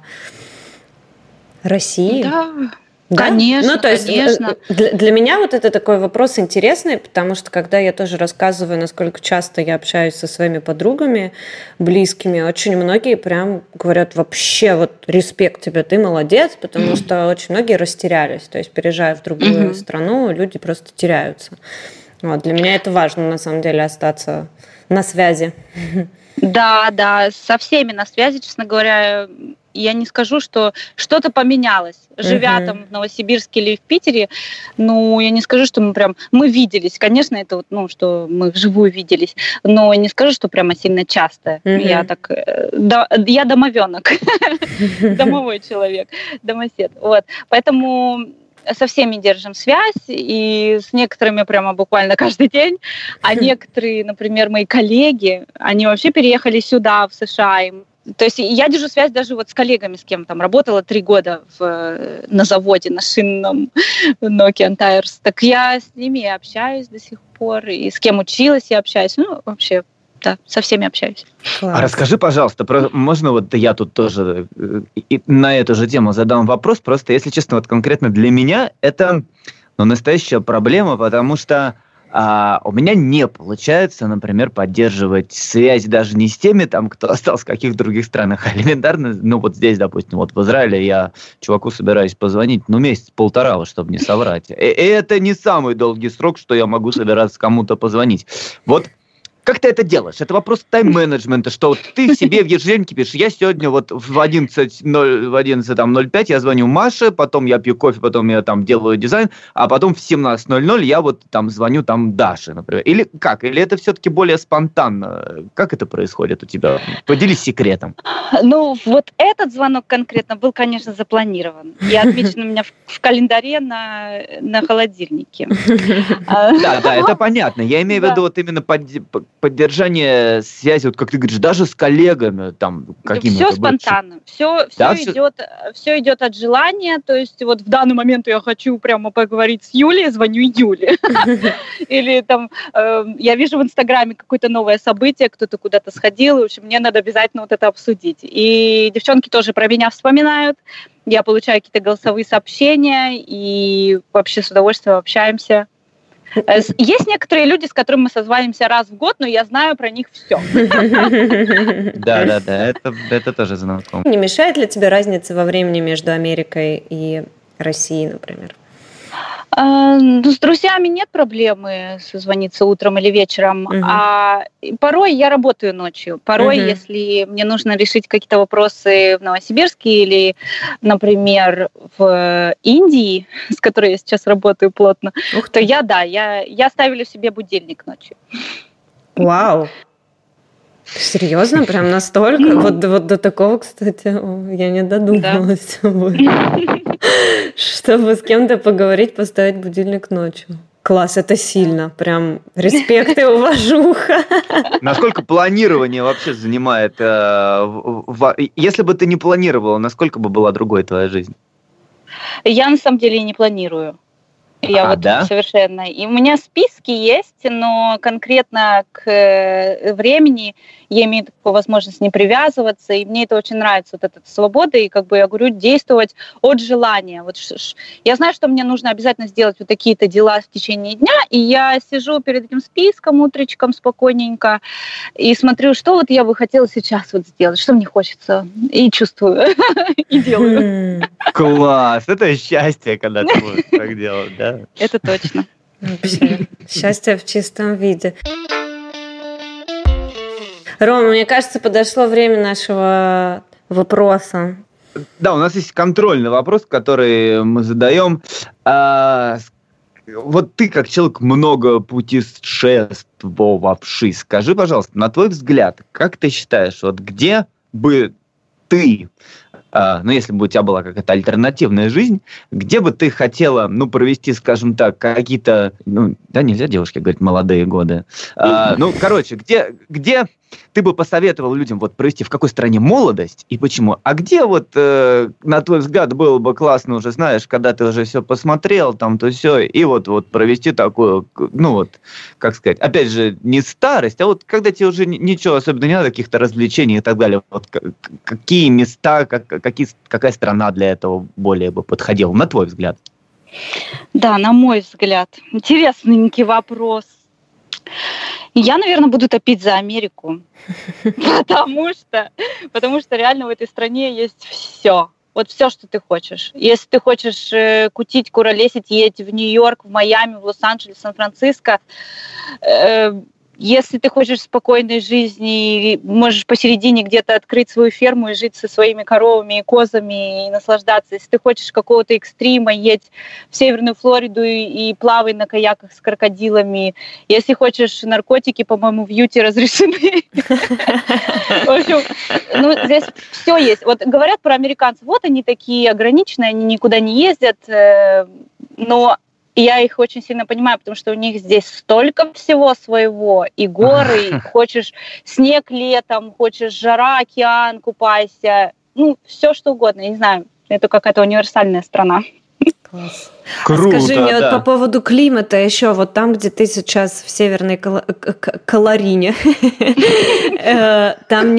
России? Да, да? Конечно, ну, то есть конечно. Для, для меня вот это такой вопрос интересный, потому что когда я тоже рассказываю, насколько часто я общаюсь со своими подругами близкими, очень многие прям говорят, вообще вот респект тебе, ты молодец, потому mm-hmm. что очень многие растерялись, то есть переезжая в другую mm-hmm. страну, люди просто теряются. Вот, для меня это важно, на самом деле, остаться на связи. Да, да, со всеми на связи, честно говоря. Я не скажу, что что-то поменялось. Живя uh-huh. там в Новосибирске или в Питере, ну, я не скажу, что мы прям... Мы виделись, конечно, это вот, ну, что мы вживую виделись, но не скажу, что прямо сильно часто. Uh-huh. Я так... Да, я домовенок, домовой человек, домосед. Вот, поэтому... Со всеми держим связь, и с некоторыми прямо буквально каждый день. А некоторые, например, мои коллеги, они вообще переехали сюда, в США. То есть я держу связь даже вот с коллегами, с кем там работала три года в, на заводе, на шинном Nokian Tires. Так я с ними общаюсь до сих пор, и с кем училась я общаюсь. Ну, вообще, да, со всеми общаюсь. Класс. А расскажи, пожалуйста, про, можно вот я тут тоже и на эту же тему задам вопрос, просто, если честно, вот конкретно для меня это ну, настоящая проблема, потому что а, у меня не получается, например, поддерживать связь даже не с теми, там, кто остался в каких-то других странах, а элементарно, ну вот здесь, допустим, вот в Израиле я чуваку собираюсь позвонить, ну месяц-полтора, вот, чтобы не соврать. И, и это не самый долгий срок, что я могу собираться кому-то позвонить. Вот. Как ты это делаешь? Это вопрос тайм-менеджмента, что вот ты себе в ежедневнике пишешь, я сегодня вот в одиннадцать ноль пять я звоню Маше, потом я пью кофе, потом я там делаю дизайн, а потом в семнадцать ноль ноль я вот там звоню там Даше, например. Или как? Или это все-таки более спонтанно? Как это происходит у тебя? Поделись секретом. Ну, вот этот звонок конкретно был, конечно, запланирован. И отмечен у меня в, в календаре на, на холодильнике. Да, да, это понятно. Я имею в виду вот именно поддержание связи, вот как ты говоришь, даже с коллегами там какими-то. Все спонтанно, все, все, да, идет, все... все идет от желания, то есть вот в данный момент я хочу прямо поговорить с Юлей, звоню Юле. Или там я вижу в Инстаграме какое-то новое событие, кто-то куда-то сходил, и, в общем, мне надо обязательно вот это обсудить. И девчонки тоже про меня вспоминают, я получаю какие-то голосовые сообщения, и вообще с удовольствием общаемся. Есть некоторые люди, с которыми мы созванимся раз в год, но я знаю про них все. Да, да, да, это, это тоже знакомо. Не мешает ли тебе разница во времени между Америкой и Россией, например? Ну, с друзьями нет проблемы созвониться утром или вечером, uh-huh. а порой я работаю ночью. Порой, uh-huh. если мне нужно решить какие-то вопросы в Новосибирске или, например, в Индии, с которой я сейчас работаю плотно, uh-huh. то я, да, я, я ставила себе будильник ночью. Вау! Серьезно? Прям настолько? Вот, вот до такого, кстати, я не додумалась. Да. Чтобы с кем-то поговорить, поставить будильник ночью. Класс, это сильно. Прям респект и уважуха. Насколько планирование вообще занимает? Если бы ты не планировала, насколько бы была другой твоя жизнь? Я на самом деле не планирую. Я а, вот да? совершенно... И у меня списки есть, но конкретно к времени я имею такую возможность не привязываться, и мне это очень нравится, вот эта свобода, и, как бы я говорю, действовать от желания. Вот ш- ш- я знаю, что мне нужно обязательно сделать вот такие-то дела в течение дня, и я сижу перед этим списком утречком спокойненько и смотрю, что вот я бы хотела сейчас вот сделать, что мне хочется, и чувствую, и делаю. Класс! Это счастье, когда ты можешь так делать, да? Это точно. Вообще, счастье в чистом виде. Рома, мне кажется, подошло время нашего вопроса. Да, у нас есть контрольный вопрос, который мы задаем. А, вот ты, как человек, много путешествовавший, скажи, пожалуйста, на твой взгляд, как ты считаешь, вот где бы ты, а, ну, если бы у тебя была какая-то альтернативная жизнь, где бы ты хотела, ну, провести, скажем так, какие-то, ну, да, нельзя девушке говорить молодые годы, а, ну, короче, где, где ты бы посоветовал людям вот провести, в какой стране молодость и почему? А где вот, э, на твой взгляд, было бы классно уже, знаешь, когда ты уже все посмотрел, там, то все, и вот, вот провести такую, ну вот, как сказать, опять же, не старость, а вот когда тебе уже ничего особенно не надо, каких-то развлечений и так далее. Вот какие места, как, какие, какая страна для этого более бы подходила, на твой взгляд? Да, на мой взгляд. Интересненький вопрос. Я, наверное, буду топить за Америку, потому что, потому что реально в этой стране есть все. Вот все, что ты хочешь. Если ты хочешь э, кутить, куролесить, едь в Нью-Йорк, в Майами, в Лос-Анджелес, Сан-Франциско, э, если ты хочешь спокойной жизни, можешь посередине где-то открыть свою ферму и жить со своими коровами и козами и наслаждаться. Если ты хочешь какого-то экстрима, едь в Северную Флориду и, и плавай на каяках с крокодилами. Если хочешь наркотики, по-моему, в Юте разрешены. В общем, ну, здесь все есть. Вот говорят про американцев, вот они такие ограниченные, они никуда не ездят, но я их очень сильно понимаю, потому что у них здесь столько всего своего, и горы, и хочешь снег летом, хочешь жара, океан, купайся, ну, все что угодно, я не знаю, это какая-то универсальная страна. Класс. Круто, а скажи мне, да. вот по поводу климата еще, вот там, где ты сейчас в Северной Каларине, там не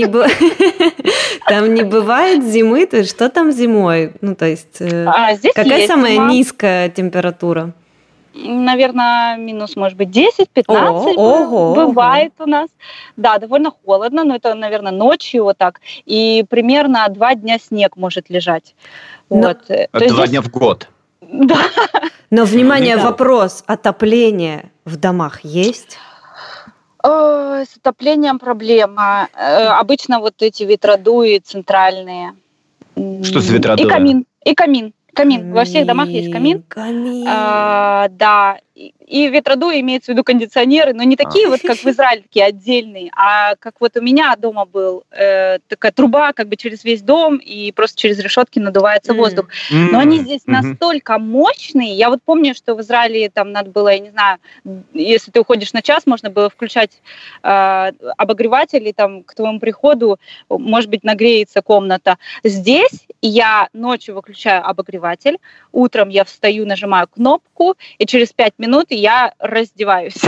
бывает зимы, то есть что там зимой? Ну, то есть какая самая низкая температура? Наверное, минус, может быть, десять-пятнадцать бывает у нас. Да, довольно холодно, но это, наверное, ночью вот так. И примерно два дня снег может лежать. Вот. Два здесь... дня в год. Да. Но, внимание, вопрос. Отопление в домах есть? О, с отоплением проблема. Обычно вот эти ветродуи центральные. Что с ветродуем? И камин. И камин. Камин. камин. Во всех домах есть камин. Камин. А, да. И, и ветродуи имеется в виду кондиционеры, но не такие а. вот, как в Израиле, такие отдельные, а как вот у меня дома был, э, такая труба как бы через весь дом, и просто через решетки надувается mm. воздух. Mm. Но они здесь mm-hmm. настолько мощные. Я вот помню, что в Израиле там надо было, я не знаю, если ты уходишь на час, можно было включать э, обогреватель, и там к твоему приходу, может быть, нагреется комната. Здесь я ночью выключаю обогреватель, утром я встаю, нажимаю кнопку, и через пять минут я раздеваюсь.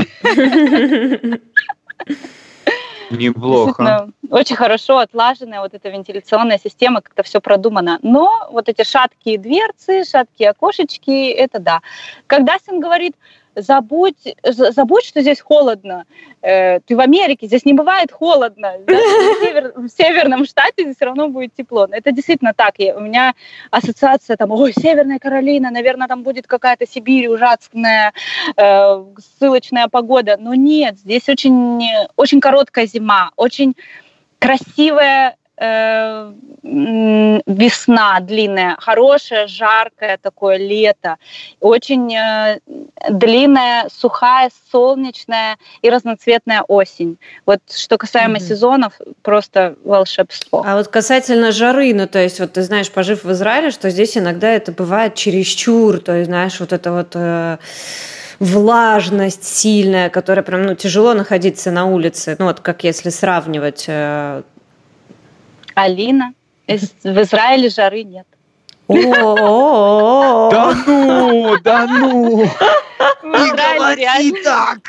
Неплохо. Очень хорошо отлаженная вот эта вентиляционная система, как-то все продумано. Но вот эти шаткие дверцы, шаткие окошечки, это да. Когда сын говорит, забудь, забудь, что здесь холодно. Э, ты в Америке, здесь не бывает холодно. Даже в, север, в северном штате здесь все равно будет тепло. Это действительно так. Я, у меня ассоциация там, ой, Северная Каролина, наверное, там будет какая-то Сибирь ужасная, э, ссылочная погода. Но нет, здесь очень, очень короткая зима, очень красивая э, весна длинная, хорошее, жаркое такое лето, очень э, длинная, сухая, солнечная и разноцветная осень. Вот что касаемо mm-hmm. сезонов, просто волшебство. А вот касательно жары, ну то есть вот ты знаешь, пожив в Израиле, что здесь иногда это бывает чересчур, то есть знаешь, вот это вот... Э... влажность сильная, которая прям, ну, тяжело находиться на улице. Ну, вот как если сравнивать. Алина, в Израиле жары нет. О-о-о-о. Да ну, да ну! Не говори так!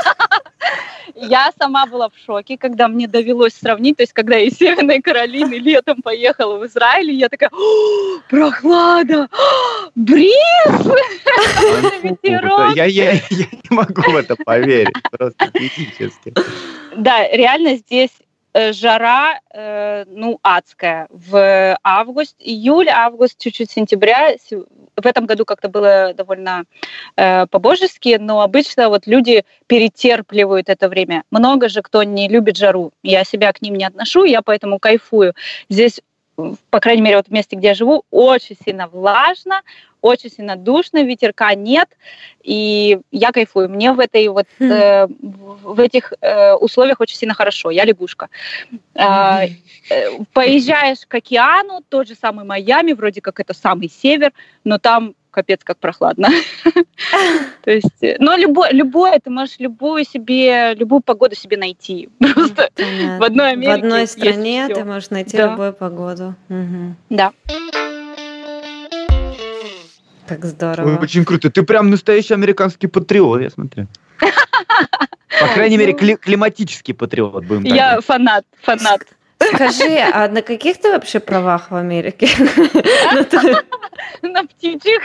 Я сама была в шоке, когда мне довелось сравнить, то есть когда я из Северной Каролины летом поехала в Израиль, я такая: прохлада, бриз, ветерок. Я не могу в это поверить, просто физически. Да, реально здесь жара, э, ну, адская. В август, июль, август, чуть-чуть сентября. В этом году как-то было довольно э, по-божески, но обычно вот люди перетерпливают это время. Много же кто не любит жару. Я себя к ним не отношу, я поэтому кайфую. Здесь, по крайней мере, вот в месте, где я живу, очень сильно влажно, очень сильно душно, ветерка нет, и я кайфую. Мне в этой вот э, в этих э, условиях очень сильно хорошо. Я лягушка. Э, э, поезжаешь к океану, тот же самый Майами, вроде как это самый север, но там капец как прохладно. То есть, но любое, любое, ты можешь любую себе, любую погоду себе найти. Просто в одной Америке. В одной стране ты можешь найти любую погоду. Да. Как здорово. Ой, очень круто. Ты прям настоящий американский патриот, я смотрю. По крайней мере, кли- климатический патриот будем так Я говорить. фанат, фанат. Скажи, а на каких ты вообще правах в Америке? На птичьих.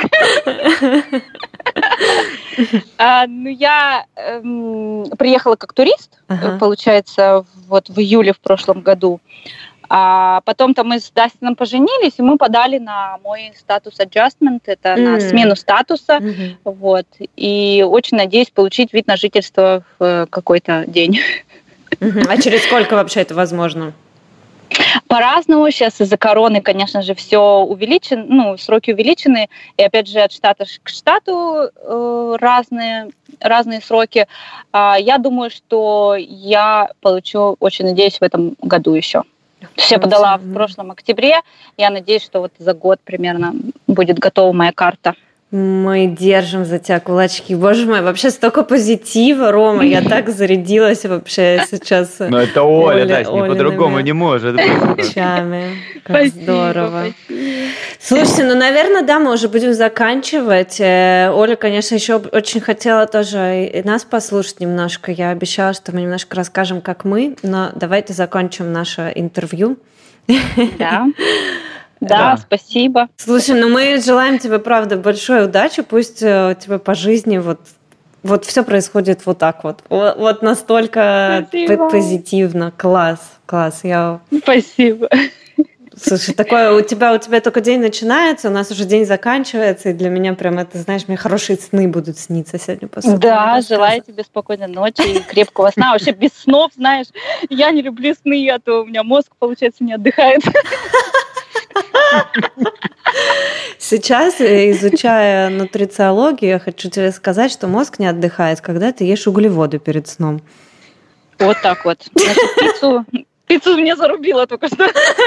Ну, я приехала как турист, получается, вот в июле в прошлом году. А потом-то мы с Дастином поженились, и мы подали на мой статус adjustment, это mm. на смену статуса, mm-hmm. вот. И очень надеюсь получить вид на жительство в какой-то день. Mm-hmm. А через сколько вообще это возможно? По-разному. Сейчас из-за короны, конечно же, все увеличено, ну, сроки увеличены. И опять же, от штата к штату э, разные, разные сроки. А я думаю, что я получу, очень надеюсь, в этом году еще. То есть я подала в прошлом октябре. Я надеюсь, что вот за год примерно будет готова моя карта. Мы держим за тебя кулачки. Боже мой, вообще столько позитива, Рома. Я так зарядилась вообще сейчас. Ну это Оля, да, по-другому не может быть. Как здорово. Слушайте, ну, наверное, да, мы уже будем заканчивать. Оля, конечно, еще очень хотела тоже и нас послушать немножко. Я обещала, что мы немножко расскажем, как мы, но давайте закончим наше интервью. Да. Да, да, спасибо. Слушай, ну мы желаем тебе, правда, большой удачи. Пусть у тебя по жизни вот, вот все происходит вот так вот. Вот, вот настолько спасибо. Позитивно. Класс, класс. Я... Спасибо. Слушай, такое у тебя, у тебя только день начинается, у нас уже день заканчивается, и для меня прям это, знаешь, мне хорошие сны будут сниться сегодня после Да, желаю тебе спокойной ночи и крепкого сна. Вообще без снов, знаешь, я не люблю сны, а то у меня мозг, получается, не отдыхает. Сейчас, изучая нутрициологию, я хочу тебе сказать, что мозг не отдыхает, когда ты ешь углеводы перед сном. Вот так вот. Значит, пиццу, пиццу мне зарубила только что.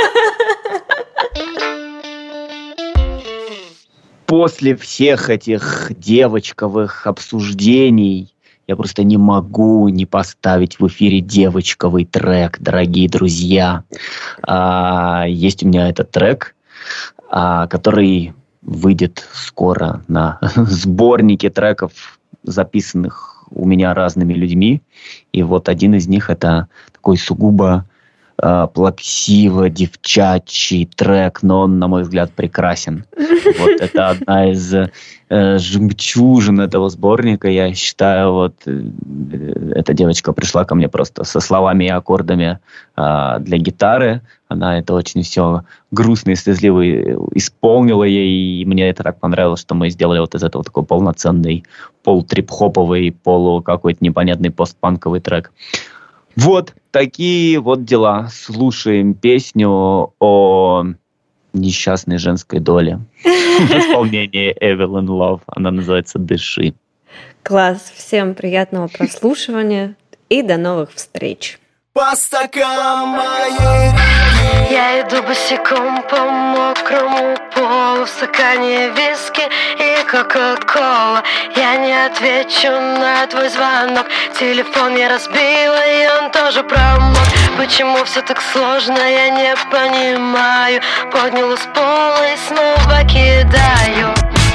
После всех этих девочковых обсуждений я просто не могу не поставить в эфире девочковый трек, дорогие друзья. А, есть у меня этот трек, а, который выйдет скоро на сборнике треков, записанных у меня разными людьми. И вот один из них — это такой сугубо а, плаксиво-девчачий трек, но он, на мой взгляд, прекрасен. Вот это одна из э, жемчужин этого сборника. Я считаю, вот э, эта девочка пришла ко мне просто со словами и аккордами э, для гитары. Она это очень все грустно и слезливо исполнила ей, и мне это так понравилось, что мы сделали вот из этого такой полноценный полутрип-хоповый, полу какой-то непонятный постпанковый трек. Вот такие вот дела. Слушаем песню о несчастной женской доле в исполнении Evelyn Love. Она называется «Дыши». Класс. Всем приятного прослушивания и до новых встреч. по стаканам моей реки. Я иду босиком по мокрому полу, в стакане виски и кока-кола. Я не отвечу на твой звонок, телефон я разбила и он тоже промок. Почему все так сложно, я не понимаю. Подняла с пола и снова кидаю.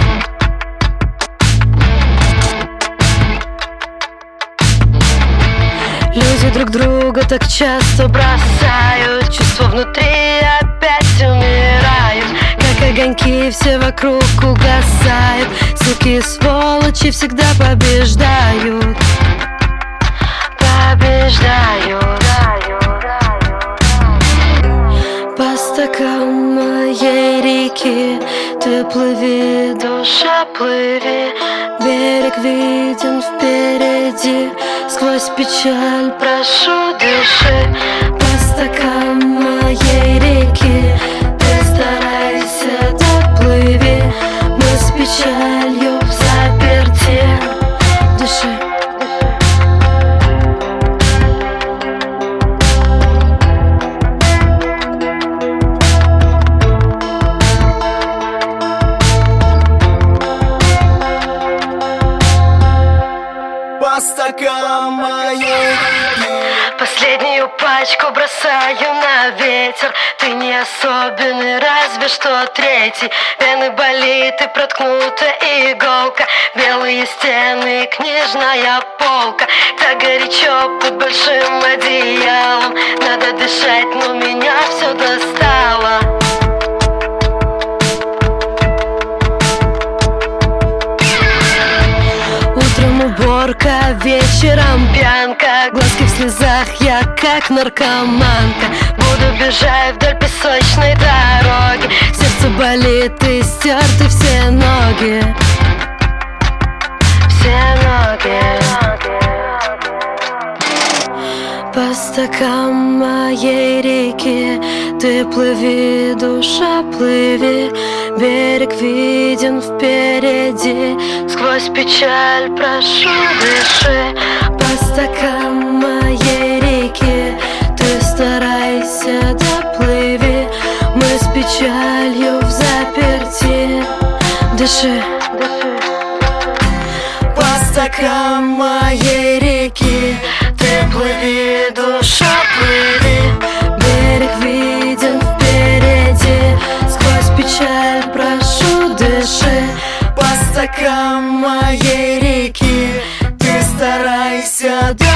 Люди друг друга так часто бросают, чувства внутри опять умирают. Как огоньки все вокруг угасают, суки и сволочи всегда побеждают. Побеждают. По стакам моей реки ты плыви, душа, плыви. Берег виден впереди, сквозь печаль прошу, дыши. По стакам моей реки ты старайся, доплыви. Мы с печалью в заперти, дыши. По стаканам моей реки. Последнюю пачку бросаю на ветер. Ты не особенный, разве что третий. Вены болит и проткнута иголка. Белые стены, книжная полка. Так горячо под большим одеялом. Надо дышать, но меня все достало. Утром уборка, вечером пьянка. Глазки в слезах, я как наркоманка. Буду бежать вдоль песочной дороги. Сердце болит и стерты все ноги. Все ноги. По стакам моей реки ты плыви, душа, плыви. Берег виден впереди, сквозь печаль прошу, дыши. По стакам моей реки ты старайся, доплыви. Мы с печалью в заперти, дыши. По стакам моей реки ты плыви, душа, плыви. Берег виден впереди, сквозь печаль прошу, дыши. По стакам моей реки ты старайся.